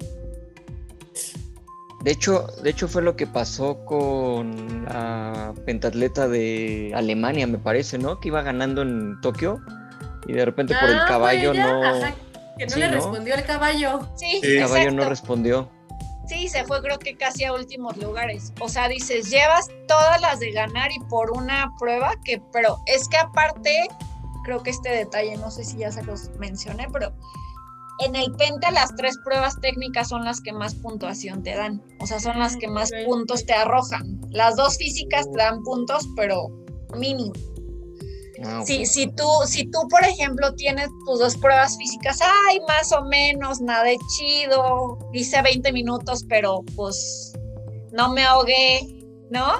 De hecho fue lo que pasó con la pentatleta de Alemania, me parece, ¿no? Que iba ganando en Tokio y de repente por el caballo no... Ajá, que no le respondió el caballo. Sí, el caballo exacto. No respondió. Sí, se fue creo que casi a últimos lugares. O sea, dices, llevas todas las de ganar y por una prueba pero es que aparte, creo que este detalle, no sé si ya se los mencioné, pero en el penta las 3 pruebas técnicas son las que más puntuación te dan. O sea, son las que más puntos te arrojan. Las 2 físicas te dan puntos, pero mínimo. Okay. Si tú, por ejemplo, tienes tus 2 pruebas físicas, ay, más o menos, nada de chido, hice 20 minutos, pero pues no me ahogué, ¿no?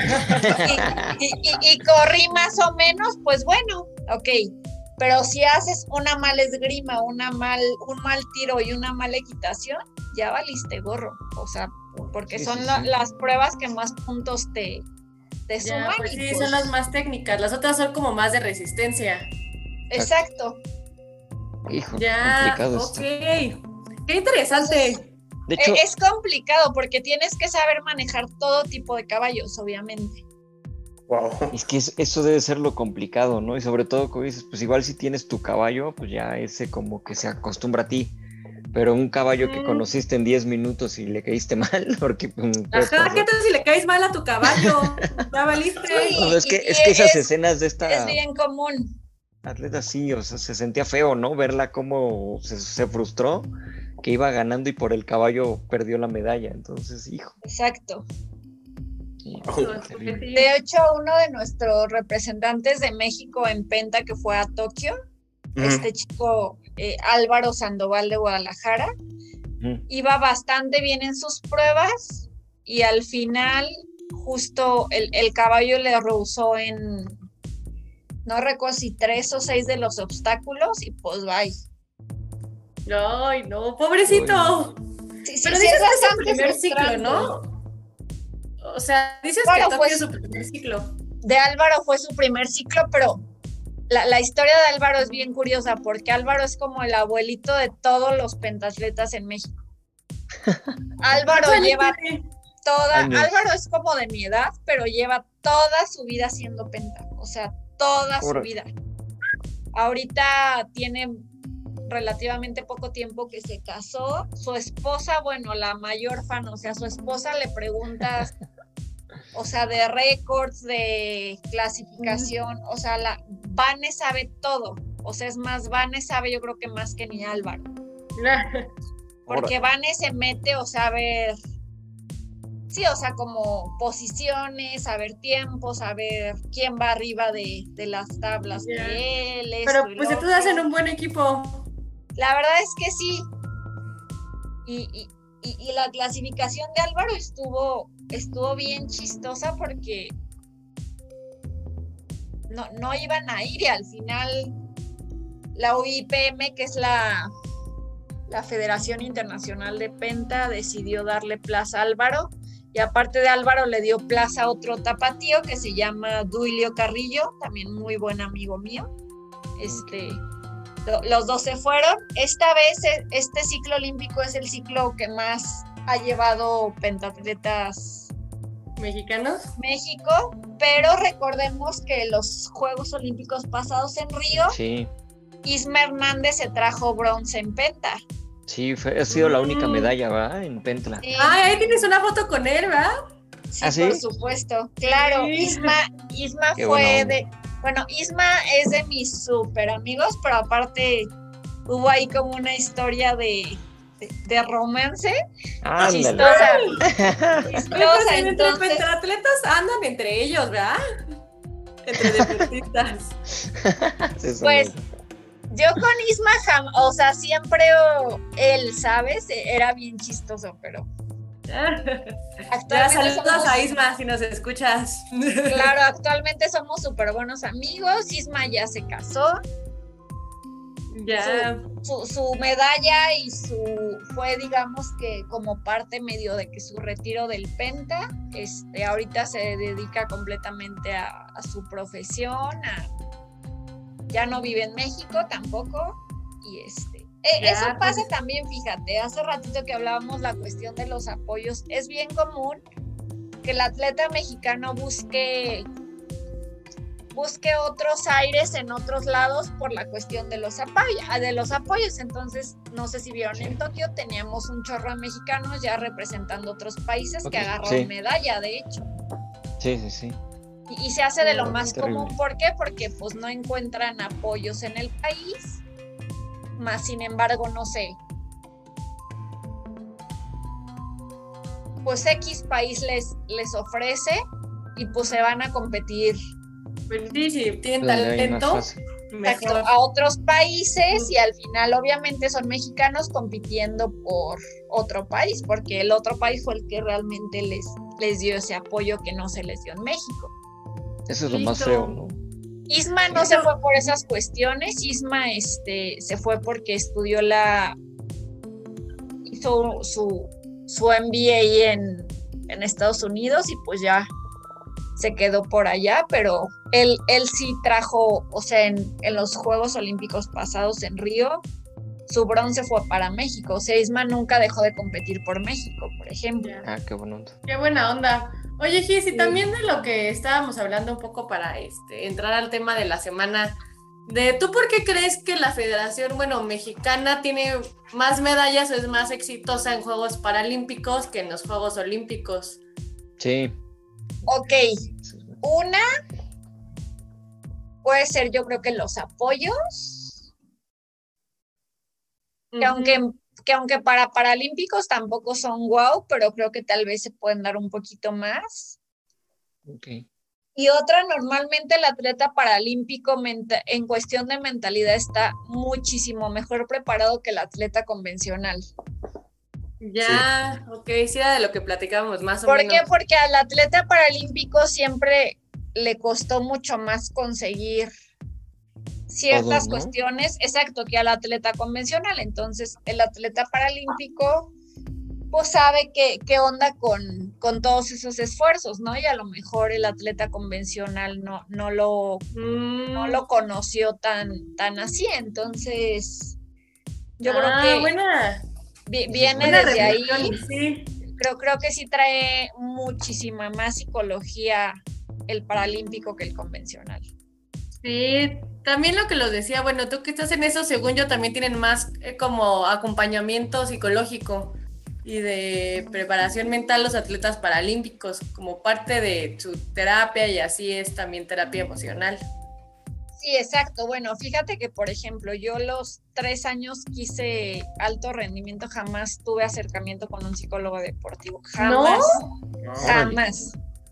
y corrí más o menos, pues bueno, ok. Pero si haces una mala esgrima, un mal tiro y una mala equitación, ya valiste gorro. O sea, porque son las pruebas que más puntos te suman. Pues sí, son las más técnicas. Las otras son como más de resistencia. Exacto. Hijo, Ya, complicado ok. está. Qué interesante. De hecho, es complicado porque tienes que saber manejar todo tipo de caballos, obviamente. Wow. es que eso debe ser lo complicado, ¿no? Y sobre todo, como dices, pues igual si tienes tu caballo, pues ya ese como que se acostumbra a ti. Pero un caballo que conociste en 10 minutos y le caíste mal, porque... Ajá, ¿qué tal si le caes mal a tu caballo? Ya valiste. Sí, O sea, es que esas escenas de esta es bien común. atleta sí, o sea, se sentía feo, ¿no? Verla cómo se frustró, que iba ganando y por el caballo perdió la medalla. Entonces, hijo. Exacto. Sí, Sí. De hecho, uno de nuestros representantes de México en Penta que fue a Tokio, este chico Álvaro Sandoval de Guadalajara, iba bastante bien en sus pruebas y al final justo el caballo le rehusó en, no recuerdo si 3 o 6 de los obstáculos y pues bye. Ay, no, pobrecito. Sí, pero sí, dices que es su bastante primer ciclo, frustrante. ¿no? O sea, dices Bueno, que Tokio pues, es su primer ciclo. De Álvaro fue su primer ciclo, pero la historia de Álvaro es bien curiosa porque Álvaro es como el abuelito de todos los pentatletas en México. Álvaro Álvaro es como de mi edad, pero lleva toda su vida haciendo penta, o sea, toda su vida. Ahorita tiene relativamente poco tiempo que se casó, su esposa, bueno, la mayor fan, o sea, su esposa le preguntas, o sea, de récords, de clasificación, o sea, Vane sabe todo, o sea, es más, Vane sabe yo creo que más que ni Álvaro, porque Vane se mete, o sea, a ver, sí, o sea, como posiciones, a ver tiempos, a ver quién va arriba de las tablas de él. Pero pues tú hacen un buen equipo. La verdad es que sí. Y la clasificación de Álvaro estuvo bien chistosa porque no iban a ir y al final la UIPM, que es la Federación Internacional de Penta, decidió darle plaza a Álvaro y aparte de Álvaro le dio plaza a otro tapatío que se llama Duilio Carrillo, también muy buen amigo mío. Los dos se fueron. Esta vez este ciclo olímpico es el ciclo que más ha llevado pentatletas mexicanos. México, pero recordemos que los Juegos Olímpicos pasados en Río, Isma Hernández se trajo bronce en penta. Sí, ha sido la única medalla, ¿verdad? En Pentla. Sí. Ahí tienes una foto con él, ¿verdad? Sí, por supuesto. Claro, Isma fue de... Bueno, Isma es de mis súper amigos, pero aparte hubo ahí como una historia de romance chistosa. Entre pentatletas andan entre ellos, ¿verdad? Entre deportistas. Pues yo con Isma, o sea, siempre él, ¿sabes? Era bien chistoso, pero... Saludos a Isma si nos escuchas. Claro, actualmente somos súper buenos amigos. Isma ya se casó. Ya. Su medalla y fue, digamos que como parte medio de que su retiro del penta, ahorita se dedica completamente a su profesión, ya no vive en México tampoco, y eso pasa también, fíjate, hace ratito que hablábamos la cuestión de los apoyos, es bien común que el atleta mexicano busque otros aires en otros lados por la cuestión de los apoyos. Entonces, no sé si vieron en Tokio, teníamos un chorro de mexicanos ya representando otros países que agarraron medalla, de hecho. Sí. Y se hace de lo más común. ¿Por qué? Porque pues no encuentran apoyos en el país, más sin embargo, no sé, pues X país les ofrece y pues se van a competir Pues sí, si tienen Donde hay más talento, fácil. Exacto, mejor. a otros países y al final obviamente son mexicanos compitiendo por otro país, porque el otro país fue el que realmente les dio ese apoyo que no se les dio en México. Eso es lo más Listo. feo, ¿no? Isma no se fue por esas cuestiones, Isma se fue porque hizo su MBA en Estados Unidos y pues ya se quedó por allá, pero él sí trajo, o sea, en los Juegos Olímpicos pasados en Río, su bronce fue para México, o sea, Isma nunca dejó de competir por México, por ejemplo. Ya. Ah, qué buena onda. Qué buena onda. Oye, Gis, y Sí. también de lo que estábamos hablando un poco para entrar al tema de la semana, ¿tú por qué crees que la Federación, mexicana tiene más medallas o es más exitosa en Juegos Paralímpicos que en los Juegos Olímpicos? Sí. Ok, una puede ser yo creo que los apoyos, que aunque para Paralímpicos tampoco son guau, pero creo que tal vez se pueden dar un poquito más. Ok. Y otra, normalmente el atleta paralímpico en cuestión de mentalidad está muchísimo mejor preparado que el atleta convencional. Ya, ok, sí era de lo que platicábamos más o ¿Por menos. qué? Porque al atleta paralímpico siempre le costó mucho más conseguir ciertas Todo, ¿no? cuestiones, exacto, que al atleta convencional. Entonces, el atleta paralímpico pues sabe qué onda con todos esos esfuerzos, ¿no? Y a lo mejor el atleta convencional no lo conoció tan así. Entonces, yo creo que buena viene desde ahí. reflexión, sí. Creo que sí trae muchísima más psicología el paralímpico que el convencional. Sí, también lo que los decía, tú que estás en eso, según yo, también tienen más como acompañamiento psicológico y de preparación mental los atletas paralímpicos, como parte de su terapia, y así es también terapia emocional. Sí, exacto. Bueno, fíjate que, por ejemplo, yo los 3 años que hice alto rendimiento jamás tuve acercamiento con un psicólogo deportivo. Jamás. No. Jamás.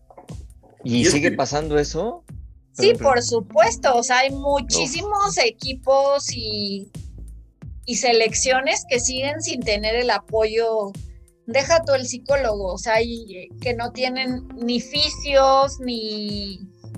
¿Y Y es sigue que- pasando eso? Sí, Pero- por supuesto. O sea, hay muchísimos equipos y selecciones que siguen sin tener el apoyo. Deja tú el psicólogo, o sea, que no tienen ni fisios, ni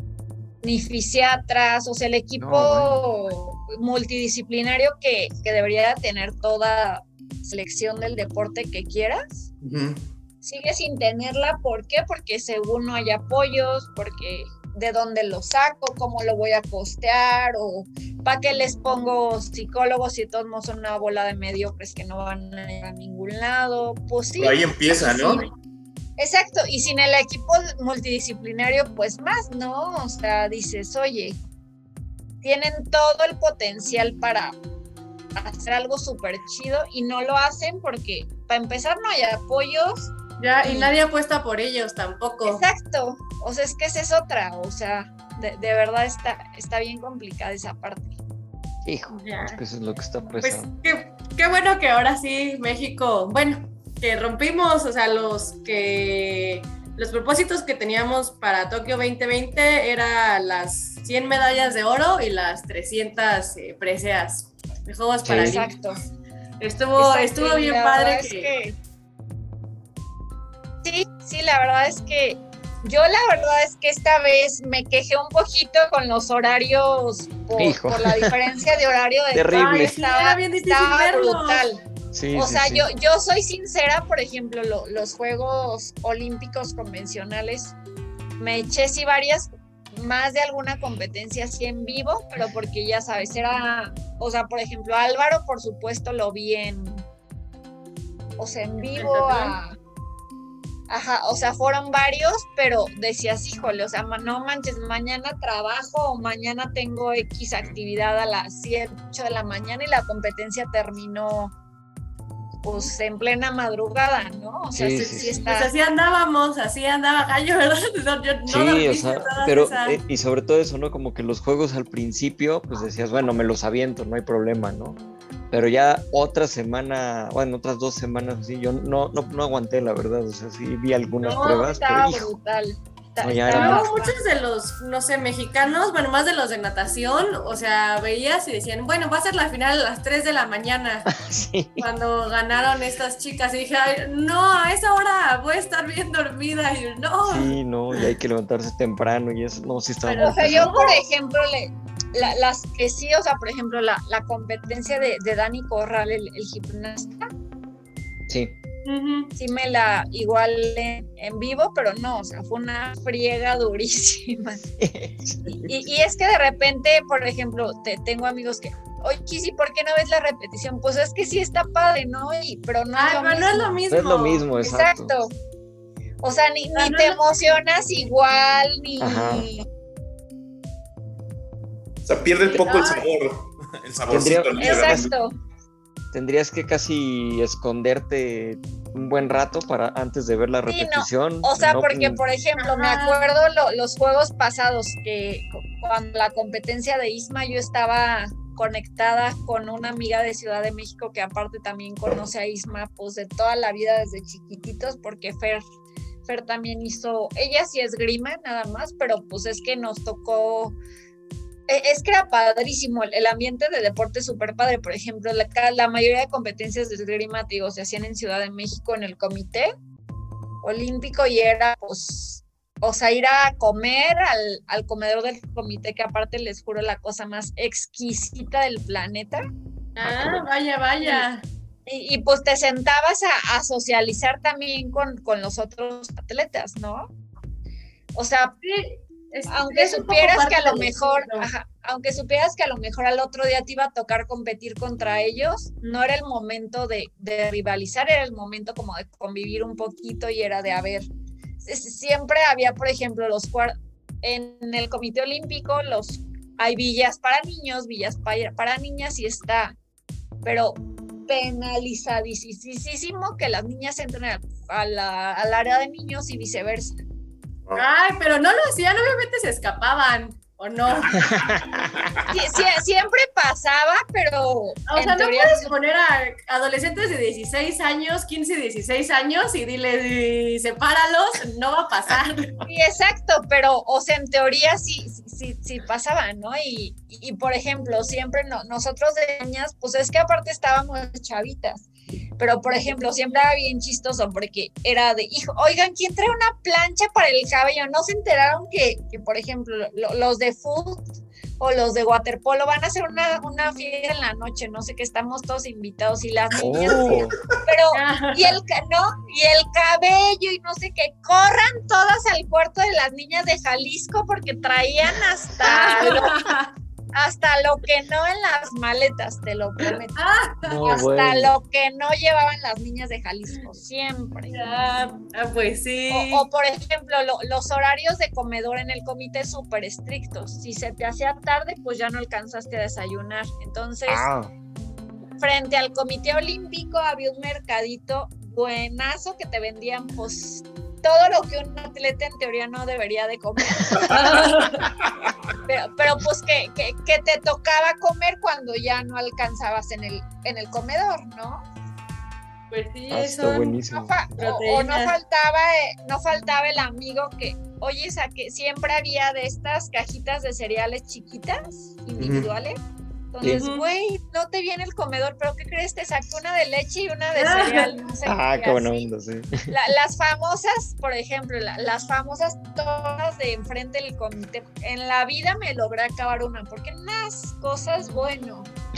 fisiatras, o sea, el equipo multidisciplinario que debería tener toda selección del deporte que quieras, sigue sin tenerla. ¿Por qué? Porque según no hay apoyos, porque de dónde lo saco, cómo lo voy a costear, o para qué les pongo psicólogos si de todos modos son una bola de mediocres que no van a ir a ningún lado. Pues sí. Por ahí empieza, ¿no? Exacto, y sin el equipo multidisciplinario, pues más, ¿no? O sea, dices, oye, tienen todo el potencial para hacer algo súper chido y no lo hacen porque, para empezar, no hay apoyos. Ya, y nadie apuesta por ellos tampoco. Exacto, o sea, es que esa es otra, o sea, de verdad está bien complicada esa parte. Hijo, Ya. es que eso es lo que está Pues pesado. qué bueno que ahora sí México, que rompimos, o sea, los propósitos que teníamos para Tokio 2020 era las 100 medallas de oro y las 300 preseas de Juegos Paralímpicos. Exacto. Estuvo bien padre Sí, la verdad es que esta vez me quejé un poquito con los horarios por la diferencia de horario de Terrible. Era bien difícil verlos. brutal. Sí, O sí, sea, sí. yo soy sincera, por ejemplo, los Juegos Olímpicos convencionales, me eché sí más de alguna competencia así en vivo, pero porque ya sabes, o sea, por ejemplo, Álvaro, por supuesto, lo vi en vivo, o sea, fueron varios, pero decías, híjole, o sea, no manches, mañana trabajo o mañana tengo X actividad a las 7, 8 de la mañana y la competencia terminó pues en plena madrugada, ¿no? O sea, sí está. Pues así andaba Gallo, ¿verdad? Sí, o sea, pero y sobre todo eso, ¿no? Como que los juegos al principio, pues decías, bueno, me los aviento, no hay problema, ¿no? Pero ya otras 2 semanas así, yo no aguanté, la verdad, o sea, sí vi algunas pruebas, pero brutal. Luego muchos de los, no sé, mexicanos, bueno, más de los de natación, o sea, veías y decían, bueno, va a ser la final a las 3 de la mañana, Sí. Cuando ganaron estas chicas, y dije, ay, no, a esa hora voy a estar bien dormida, y yo, no. Sí, no, y hay que levantarse temprano y eso, no, sí está muy O sea, pesado. yo, por ejemplo, las que sí, o sea, por ejemplo, la competencia de Dani Corral, el gimnasta, Sí. sí me la igual en vivo, pero no, o sea, fue una friega durísima. Y es que de repente, por ejemplo, tengo amigos que, oye, Kissy, ¿por qué no ves la repetición? Pues es que sí está padre, ¿no? Pero no, Ay, pero no es lo mismo. No es lo mismo, exacto. O sea, ni te emocionas igual, ni... Ajá. O sea, pierde un poco el sabor. El saborcito. Exacto. Tendrías que casi esconderte un buen rato antes de ver la repetición. No. O sea, no, porque, por ejemplo, me acuerdo los juegos pasados que cuando la competencia de ISMA yo estaba conectada con una amiga de Ciudad de México que aparte también conoce a ISMA pues de toda la vida desde chiquititos, porque Fer también hizo, ella sí esgrima nada más, pero pues es que nos tocó, es que era padrísimo, el ambiente de deporte súper padre. Por ejemplo, la mayoría de competencias de esgrima, digo, se hacían en Ciudad de México en el Comité Olímpico y era pues, o sea, ir a comer al comedor del comité, que aparte les juro la cosa más exquisita del planeta. Vaya. Y pues te sentabas a socializar también con los otros atletas, ¿no? O sea, sí, aunque supieras que a lo mejor, aunque supieras que a lo mejor al otro día te iba a tocar competir contra ellos, no era el momento de rivalizar, era el momento como de convivir un poquito y era de, a ver, siempre había, por ejemplo, en el Comité Olímpico hay villas para niños, villas para niñas y está, pero penalizadísimo que las niñas entren al área de niños y viceversa. Ay, pero no lo hacían, obviamente se escapaban, ¿o no? Siempre pasaba, pero o sea, no puedes poner a adolescentes de 16 años, 15, 16 años y dile, sepáralos, no va a pasar. Sí, exacto, pero, o sea, en teoría sí pasaba, ¿no? Y por ejemplo, siempre nosotros de niñas, pues es que aparte estábamos chavitas, pero por ejemplo, siempre era bien chistoso porque era de, hijo, oigan, ¿quién trae una plancha para el cabello? ¿No se enteraron que por ejemplo, los de foot o los de waterpolo van a hacer una fiesta en la noche, no sé, que estamos todos invitados y las niñas, pero, y el cabello y no sé qué, corran todas al puerto de las niñas de Jalisco porque traían hasta lo que no en las maletas, te lo prometo. Lo que no llevaban las niñas de Jalisco, siempre. Pues sí. O por ejemplo, los horarios de comedor en el comité súper estrictos. Si se te hacía tarde, pues ya no alcanzaste a desayunar. Entonces, frente al Comité Olímpico había un mercadito buenazo que te vendían, pues, todo lo que un atleta en teoría no debería de comer. pero pues que te tocaba comer cuando ya no alcanzabas en el comedor, ¿no? Pues sí, eso buenísimo. No faltaba el amigo que, oye, que siempre había de estas cajitas de cereales chiquitas, individuales. Entonces, güey, no te viene el comedor, pero ¿qué crees? Te saqué una de leche y una de cereal. No sé qué buena onda, sí. Las famosas, por ejemplo, las famosas todas de enfrente del comité. En la vida me logré acabar una, porque unas cosas, bueno,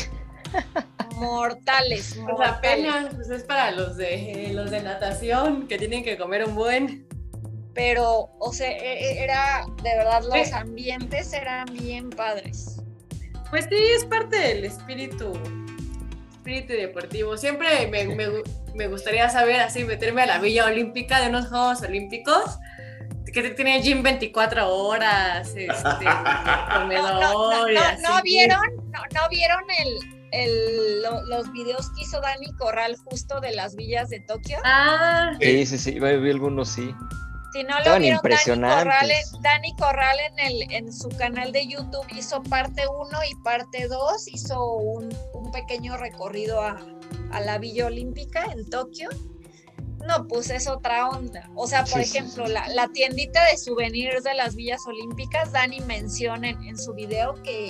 mortales. Pues apenas, pues es para los de natación, que tienen que comer un buen. Pero, o sea, era, de verdad, los ambientes eran bien padres. Pues sí, es parte del espíritu deportivo. Siempre me gustaría saber, así, meterme a la Villa Olímpica de unos Juegos Olímpicos, que tiene gym 24 horas, comedor y así. ¿No vieron los videos que hizo Dani Corral justo de las villas de Tokio? Sí, vi algunos, sí. Si no lo vieron, Dani Corral en su canal de YouTube hizo parte 1 y parte 2, hizo un pequeño recorrido a la Villa Olímpica en Tokio. No, pues es otra onda. O sea, por ejemplo, la tiendita de souvenirs de las Villas Olímpicas, Dani menciona en su video que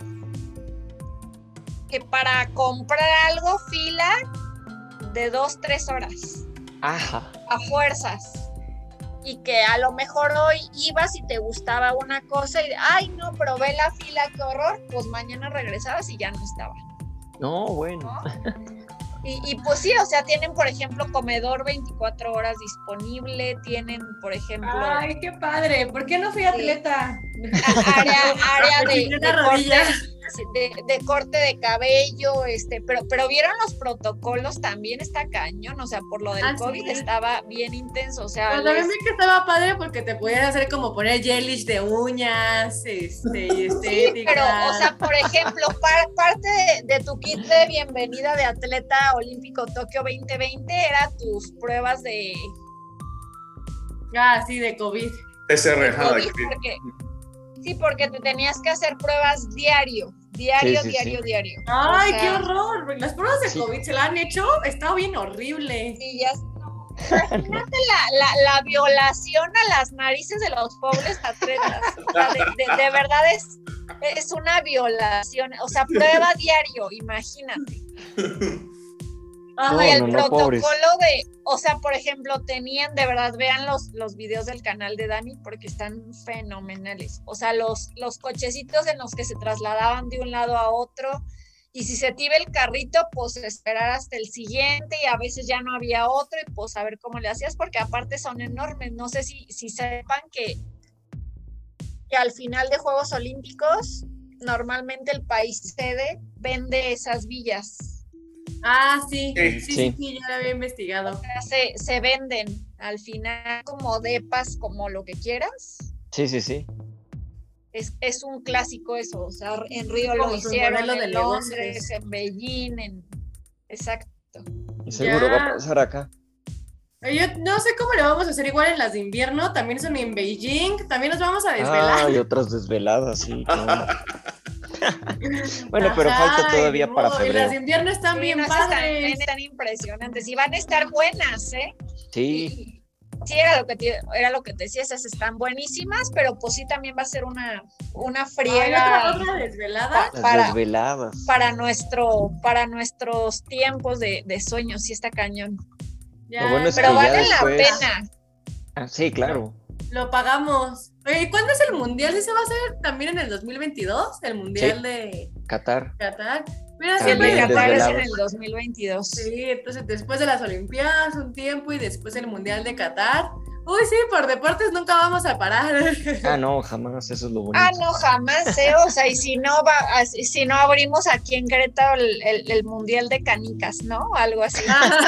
para comprar algo, fila de 2-3 horas. Ajá. A fuerzas. Y que a lo mejor hoy ibas y te gustaba una cosa y, ay, no, probé la fila, qué horror, pues mañana regresabas y ya no estaba. No, bueno. ¿No? Y pues sí, o sea, tienen, por ejemplo, comedor 24 horas disponible, tienen, por ejemplo... ¡Ay, qué padre! ¿Por qué no fui atleta? Área de corte de cabello, pero vieron los protocolos, también está cañón, o sea, por lo del COVID sí. Estaba bien intenso, o sea... Pero también vi que estaba padre porque te podías hacer como poner gelish de uñas, y estética. Sí, pero, o sea, por ejemplo, parte de tu kit de bienvenida de atleta olímpico Tokio 2020 era tus pruebas de... Ah, sí, de COVID. Porque te tenías que hacer pruebas diario. Diario. ¡Ay, qué horror! Las pruebas de COVID se la han hecho, está bien horrible. Sí, ya. Imagínate la violación a las narices de los pobres atletas. O sea, de verdad es una violación. O sea, prueba diario, imagínate. Ay, el protocolo pobres. o sea, por ejemplo, tenían, de verdad, vean los videos del canal de Dani porque están fenomenales. O sea, los cochecitos en los que se trasladaban de un lado a otro, y si se te iba el carrito, pues esperar hasta el siguiente, y a veces ya no había otro, y pues a ver cómo le hacías, porque aparte son enormes. No sé si sepan que al final de Juegos Olímpicos, normalmente el país sede vende esas villas. Ah, sí, ya lo había investigado. O sea, se venden al final como depas, como lo que quieras. Sí. Es un clásico eso, o sea, en Río lo hicieron, en Londres, en Beijing, exacto. Y seguro va a pasar acá. Yo no sé cómo le vamos a hacer igual en las de invierno, también son en Beijing, también nos vamos a desvelar. Y otras desveladas, sí. Bueno, pero falta todavía para febrero. Las de invierno están bien padres. Están impresionantes y van a estar buenas, ¿eh? Sí. Sí, era lo que te decía, esas están buenísimas, pero pues sí también va a ser una friega. ¿Otra desvelada? Las desveladas. Para nuestros tiempos de sueño, sí está cañón. Lo bueno es pero que vale ya después... la pena. Ah, sí, claro. Lo pagamos. Oye, ¿cuándo es el mundial? ¿Sí se va a hacer también en el 2022? ¿El mundial de Qatar? Mira, siempre Qatar es en el 2022. Sí, entonces después de las Olimpiadas un tiempo y después el mundial de Qatar. Uy, sí, por deportes nunca vamos a parar. No, jamás, eso es lo bonito. No, jamás, o sea, y si no abrimos aquí en Querétaro el mundial de canicas, ¿no? Algo así.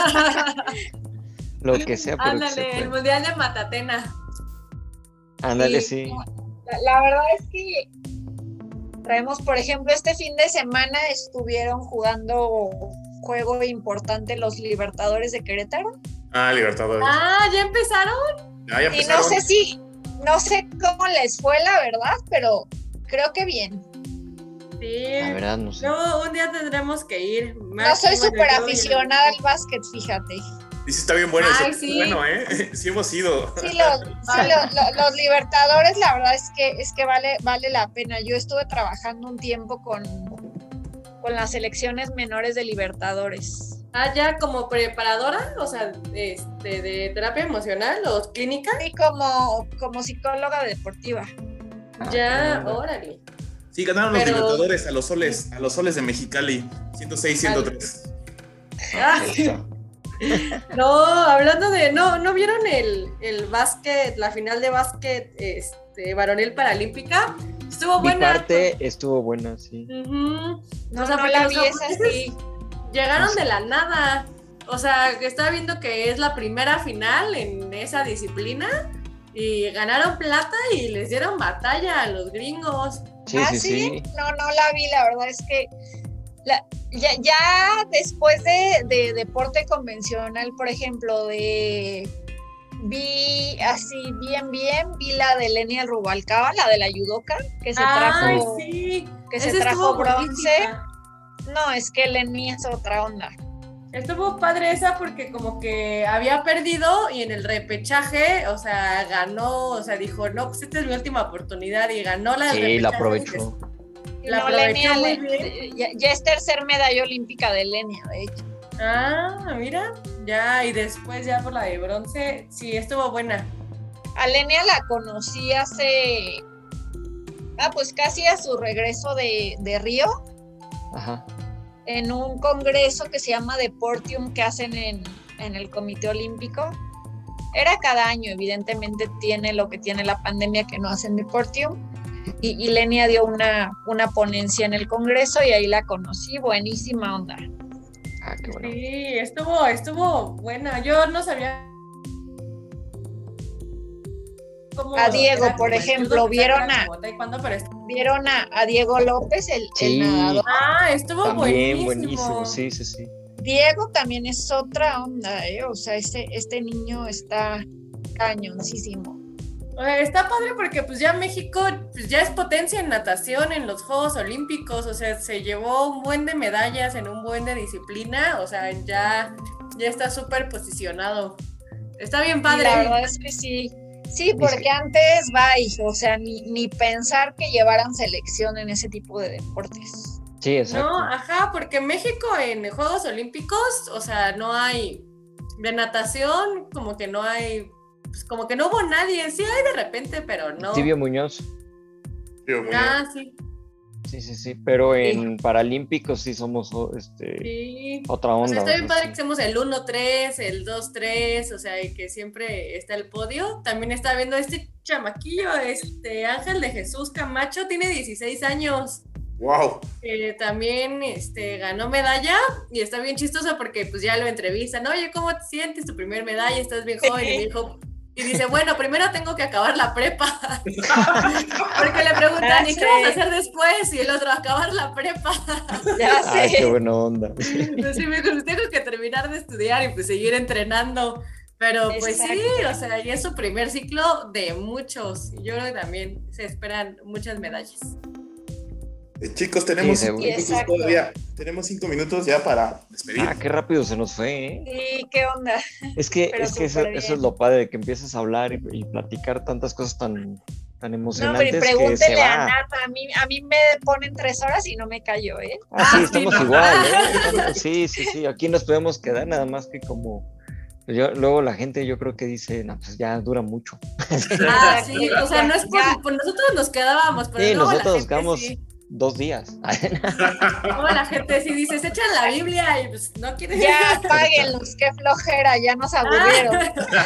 Lo que sea, pero ándale, el mundial de Matatena. Ándale, sí. La verdad es que traemos, por ejemplo, este fin de semana estuvieron jugando juego importante los Libertadores de Querétaro. Libertadores. ¿Ya empezaron? Ya y no sé cómo les fue, la verdad, pero creo que bien. Sí. La verdad, no sé. Un día tendremos que ir. No soy súper aficionada al básquet, fíjate. Sí, está bien bueno. Sí. Bueno, sí hemos ido. Sí, los Libertadores, la verdad es que vale la pena. Yo estuve trabajando un tiempo con las selecciones menores de Libertadores. Ya como preparadora, o sea, de terapia emocional o clínica. Sí, como psicóloga deportiva. Órale. Sí, ganaron los Libertadores a los soles de Mexicali, 106-103. No, hablando de, ¿no vieron el básquet, la final de básquet varonil paralímpica? Estuvo buena. Mi parte estuvo buena, sí. Uh-huh. No la vi, esa sí. Llegaron de la nada. O sea, que estaba viendo que es la primera final en esa disciplina y ganaron plata y les dieron batalla a los gringos. Sí. No la vi, la verdad es que ya después de deporte convencional, por ejemplo, vi así vi la de Lenia Rubalcaba, la de la judoka, que se trajo bronce. No, es que Lenia es otra onda. Estuvo padre esa porque como que había perdido y en el repechaje, o sea, ganó, o sea, dijo, no, pues esta es mi última oportunidad y ganó la del Sí, repechaje. la aprovechó. La aprovechó muy bien. Ya es tercer medalla olímpica de Lenia, de hecho. Ah, mira, ya, y después ya por la de bronce, sí, estuvo buena. A Lenia la conocí hace, pues casi a su regreso de Río, Ajá. en un congreso que se llama Deportium que hacen en el Comité Olímpico. Era cada año, evidentemente tiene lo que tiene la pandemia que no hacen Deportium. Y Lenia dio una ponencia en el congreso y ahí la conocí, buenísima onda. Ah, qué bueno. Sí, estuvo buena. Yo no sabía cómo A Diego, era por como el ejemplo, judo, vieron pensaba que era a- como taekwondo, pero ¿Vieron a Diego López, el Sí. nadador? estuvo También buenísimo. buenísimo, sí. Diego también es otra onda, o sea, este niño está cañoncísimo. Está padre porque pues ya México pues ya es potencia en natación en los Juegos Olímpicos, o sea, se llevó un buen de medallas en un buen de disciplina, o sea, ya está súper posicionado. Está bien padre. La verdad es que sí. Sí, porque antes, o sea, ni pensar que llevaran selección en ese tipo de deportes. Sí, exacto. No, ajá, porque México en Juegos Olímpicos, o sea, no hay de natación, como que no hay, pues como que no hubo nadie, sí hay de repente, pero no. Tibio Muñoz. Sí. Sí, pero en Paralímpicos sí somos Sí. otra onda. O sea, está bien padre sí. que hacemos el 1-3, el 2-3, o sea, y que siempre está el podio. También estaba viendo este chamaquillo, Ángel de Jesús Camacho, tiene 16 años. Wow. También ganó medalla y está bien chistoso porque pues ya lo entrevistan. Oye, ¿cómo te sientes? Tu primer medalla, estás bien joven. Y dice, bueno, primero tengo que acabar la prepa. Porque le preguntan, ¿y qué vas a hacer después? Y el otro, acabar la prepa. Ya sé. Ay, qué buena onda. Pues sí, me dijo, tengo que terminar de estudiar y pues seguir entrenando. Pero pues sí, o sea, y es su primer ciclo de muchos. Y yo creo que también se esperan muchas medallas. Chicos, tenemos 5 minutos exacto. todavía. Tenemos 5 minutos ya para despedir. Ah, qué rápido se nos fue, ¿eh? Sí, qué onda. Es que eso bien. es lo padre, de que empiezas a hablar y platicar tantas cosas tan emocionantes. No, pero pregúntele que se a va. Nat, a mí me ponen 3 horas y no me callo, ¿eh? Sí, estamos sí, no. igual, ¿eh? Sí, aquí nos podemos quedar, nada más que como... luego la gente yo creo que dice, no, pues ya dura mucho. Sí, o sea, no es por nosotros nos quedábamos, pero Sí, luego nosotros la nos gente quedamos sí. 2 días. Luego la gente sí dice, se echan la Biblia y pues no quieren. Ya apáguenlos, qué flojera, ya nos aburrieron.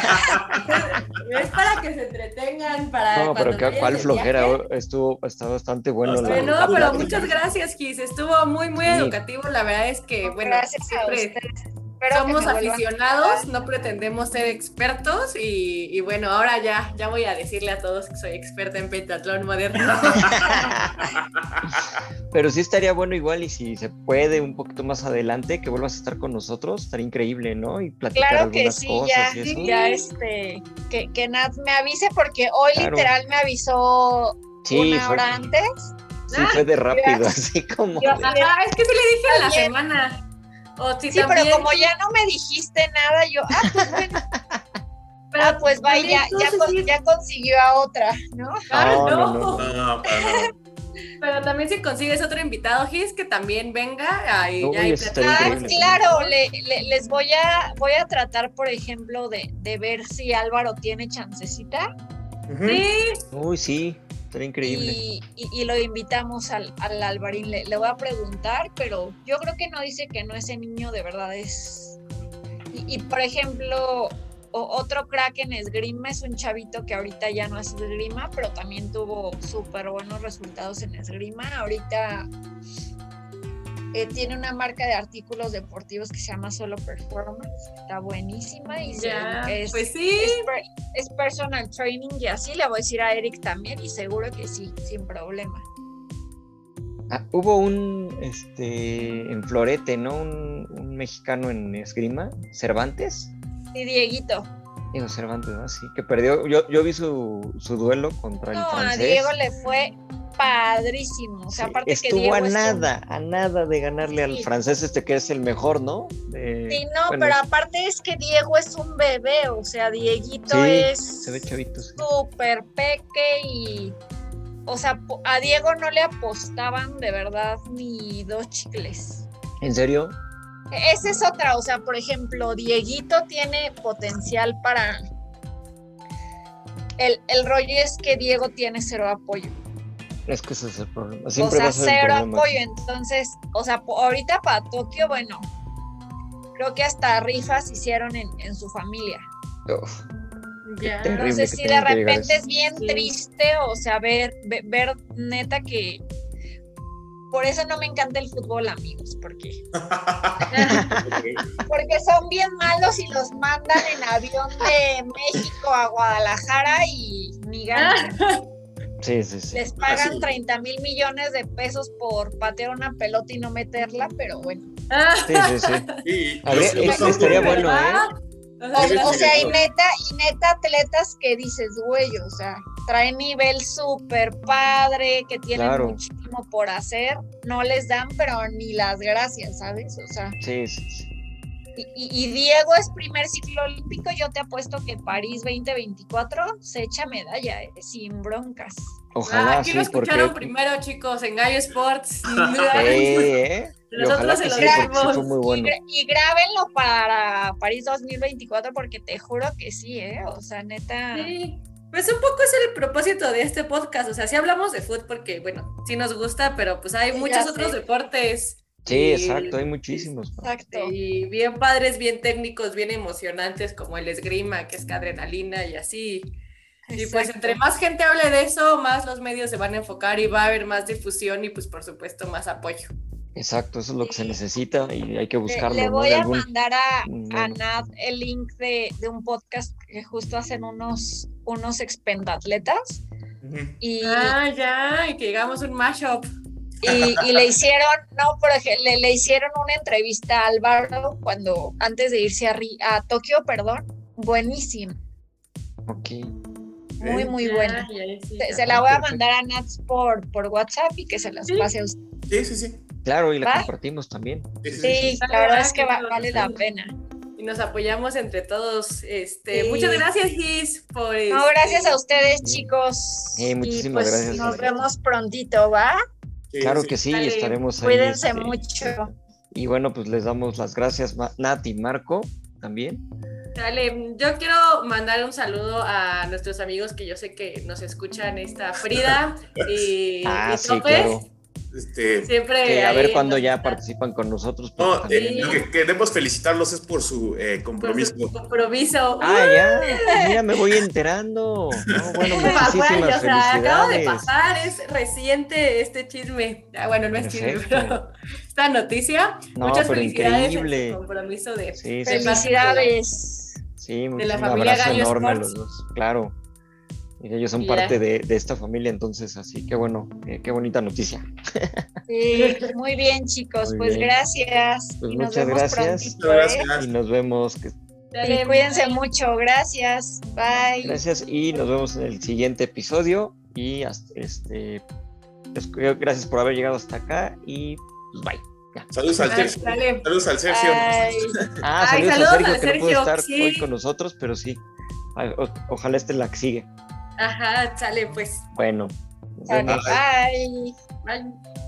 Es para que se entretengan, para No, pero cuando ¿cuál vayan de flojera? viaje. Está bastante bueno. No, pero muchas gracias, Gis. Estuvo muy, muy educativo. La verdad es que, bueno, Gracias a siempre ustedes. somos aficionados, no pretendemos ser expertos y bueno, ahora ya voy a decirle a todos que soy experta en pentatlón moderno. Pero sí estaría bueno igual y si se puede un poquito más adelante que vuelvas a estar con nosotros, estaría increíble, ¿no? Y platicar Claro que algunas sí, cosas y eso. que Nat me avise porque hoy literal me avisó una hora antes. Sí, fue de rápido, así como... Ajá, es que sí le dije en la semana. Sí, también, pero como ya no me dijiste nada, yo, pues bueno. Pues vaya, ya consiguió a otra, ¿no? No. Pero también si consigues otro invitado, Gis, que también venga. Claro, les voy a tratar, por ejemplo, de ver si Álvaro tiene chancecita. Sí. Uy, sí, estaría increíble. Y lo invitamos al Alvarín, le voy a preguntar, pero yo creo que no dice que no, ese niño de verdad es... Y por ejemplo... Otro crack en esgrima es un chavito que ahorita ya no es esgrima, pero también tuvo súper buenos resultados en esgrima. Ahorita tiene una marca de artículos deportivos que se llama Solo Performance. Está buenísima y es personal training y así. Le voy a decir a Eric también y seguro que sí, sin problema. Hubo un en Florete, ¿no? Un mexicano en esgrima, Cervantes. Sí, Dieguito. Diego Cervantes, ¿no? Sí, que perdió. Yo vi su duelo contra el francés. A Diego le fue padrísimo. O sea, Sí, aparte que estuvo Diego a nada de ganarle al Sí. francés que es el mejor, ¿no? Sí, no, bueno, pero aparte es que Diego es un bebé, o sea, Dieguito sí, es se ve chavito, sí. súper peque y, o sea, a Diego no le apostaban de verdad ni 2 chicles. ¿En serio? Esa es otra, o sea, por ejemplo, Dieguito tiene potencial para... El rollo es que Diego tiene cero apoyo. Es que ese es el problema. O Siempre va sea, a ser el cero problema. apoyo. Entonces, o sea, ahorita para Tokio, bueno, creo que hasta rifas hicieron en su familia. Uf, Ya. terrible. Entonces, que sí, de tengan que llegar a repente eso. es bien Sí. triste, o sea, ver neta que... Por eso no me encanta el fútbol, amigos, porque son bien malos y los mandan en avión de México a Guadalajara y ni ganan. Sí. Les pagan Sí. 30 mil millones de pesos por patear una pelota y no meterla, pero bueno. Sí. Sí, Estaría bueno, ¿eh? O sea, y neta atletas que dices, güey, o sea, traen nivel súper padre, que tienen Claro. muchísimo por hacer, no les dan, pero ni las gracias, ¿sabes? O sea, Sí. y Diego es primer ciclo olímpico, yo te apuesto que París 2024 se echa medalla, sin broncas. Ojalá, Aquí sí, lo escucharon porque... primero, chicos, en Gallo Sports. Sin duda. Y ojalá Nosotros se que lo sí, porque sí decimos. fue muy bueno. Y grábenlo para París 2024 porque te juro que sí, o sea, neta. Sí, pues un poco es el propósito de este podcast, o sea, sí hablamos de fútbol porque, bueno, sí nos gusta, pero pues hay Sí, muchos ya otros sé. deportes. Sí, exacto, hay muchísimos. Exacto. Y bien padres, bien técnicos, bien emocionantes, como el esgrima, que es que adrenalina y así. Y pues Exacto. entre más gente hable de eso, más los medios se van a enfocar y va a haber más difusión y pues por supuesto más apoyo. Exacto, eso es lo que se necesita y hay que buscarlo, Le ¿no? voy De a algún... mandar a bueno. Nat el link de un podcast que justo hacen unos expentatletas y, Ya, y que llegamos a un mashup. y le hicieron, no, pero le hicieron una entrevista a Álvaro antes de irse a Tokio, perdón, buenísimo, Ok. muy, muy buena. Sí, Se la voy a mandar a Nats por WhatsApp y que se las pase a usted. Sí. Claro, y la ¿Va? compartimos también. Sí, la verdad es que vale la pena. Y nos apoyamos entre todos. Sí. Muchas gracias, Gis, por No, gracias a ustedes, Sí. chicos. Muchísimas y pues gracias. nos vemos prontito, ¿va? Claro que sí, Dale. estaremos ahí. Cuídense mucho. Y bueno, pues les damos las gracias, Nat y Marco, también. Dale, yo quiero mandar un saludo a nuestros amigos que yo sé que nos escuchan, Frida y Sí, Topes. claro. Siempre Que a ver ahí cuando nos ya están- participan con nosotros. No, también- lo que queremos felicitarlos es por su compromiso. por su compromiso. ya, mira, me voy enterando. No, bueno, muchísimas O sea, acabo de felicidades. pasar, es reciente este chisme. Bueno, no es chisme, Perfecto. pero esta noticia. No, Muchas pero felicidades increíble. en su compromiso de Sí, Felicidades. Sí, de la un familia abrazo Gallo enorme a Sports. los dos, claro. Y ellos son Mira. parte de esta familia, entonces, así que bueno, qué bonita noticia. Sí, muy bien, chicos. Muy pues bien. gracias. Pues y nos muchas vemos gracias. prontito, Muchas gracias. Y nos vemos. Dale, Sí, cuídense mucho. Gracias. Bye. Gracias y nos vemos en el siguiente episodio. Y gracias por haber llegado hasta acá y pues bye. Ya. Saludos al Sergio. Dale. Saludos al Sergio. Bye. Ay, Saludos a saludos Sergio, al que no pudo Sergio, estar sí. hoy con nosotros, pero sí. Ojalá la sigue. Ajá, sale pues. Bueno. Nos Sale, vemos. bye. Bye.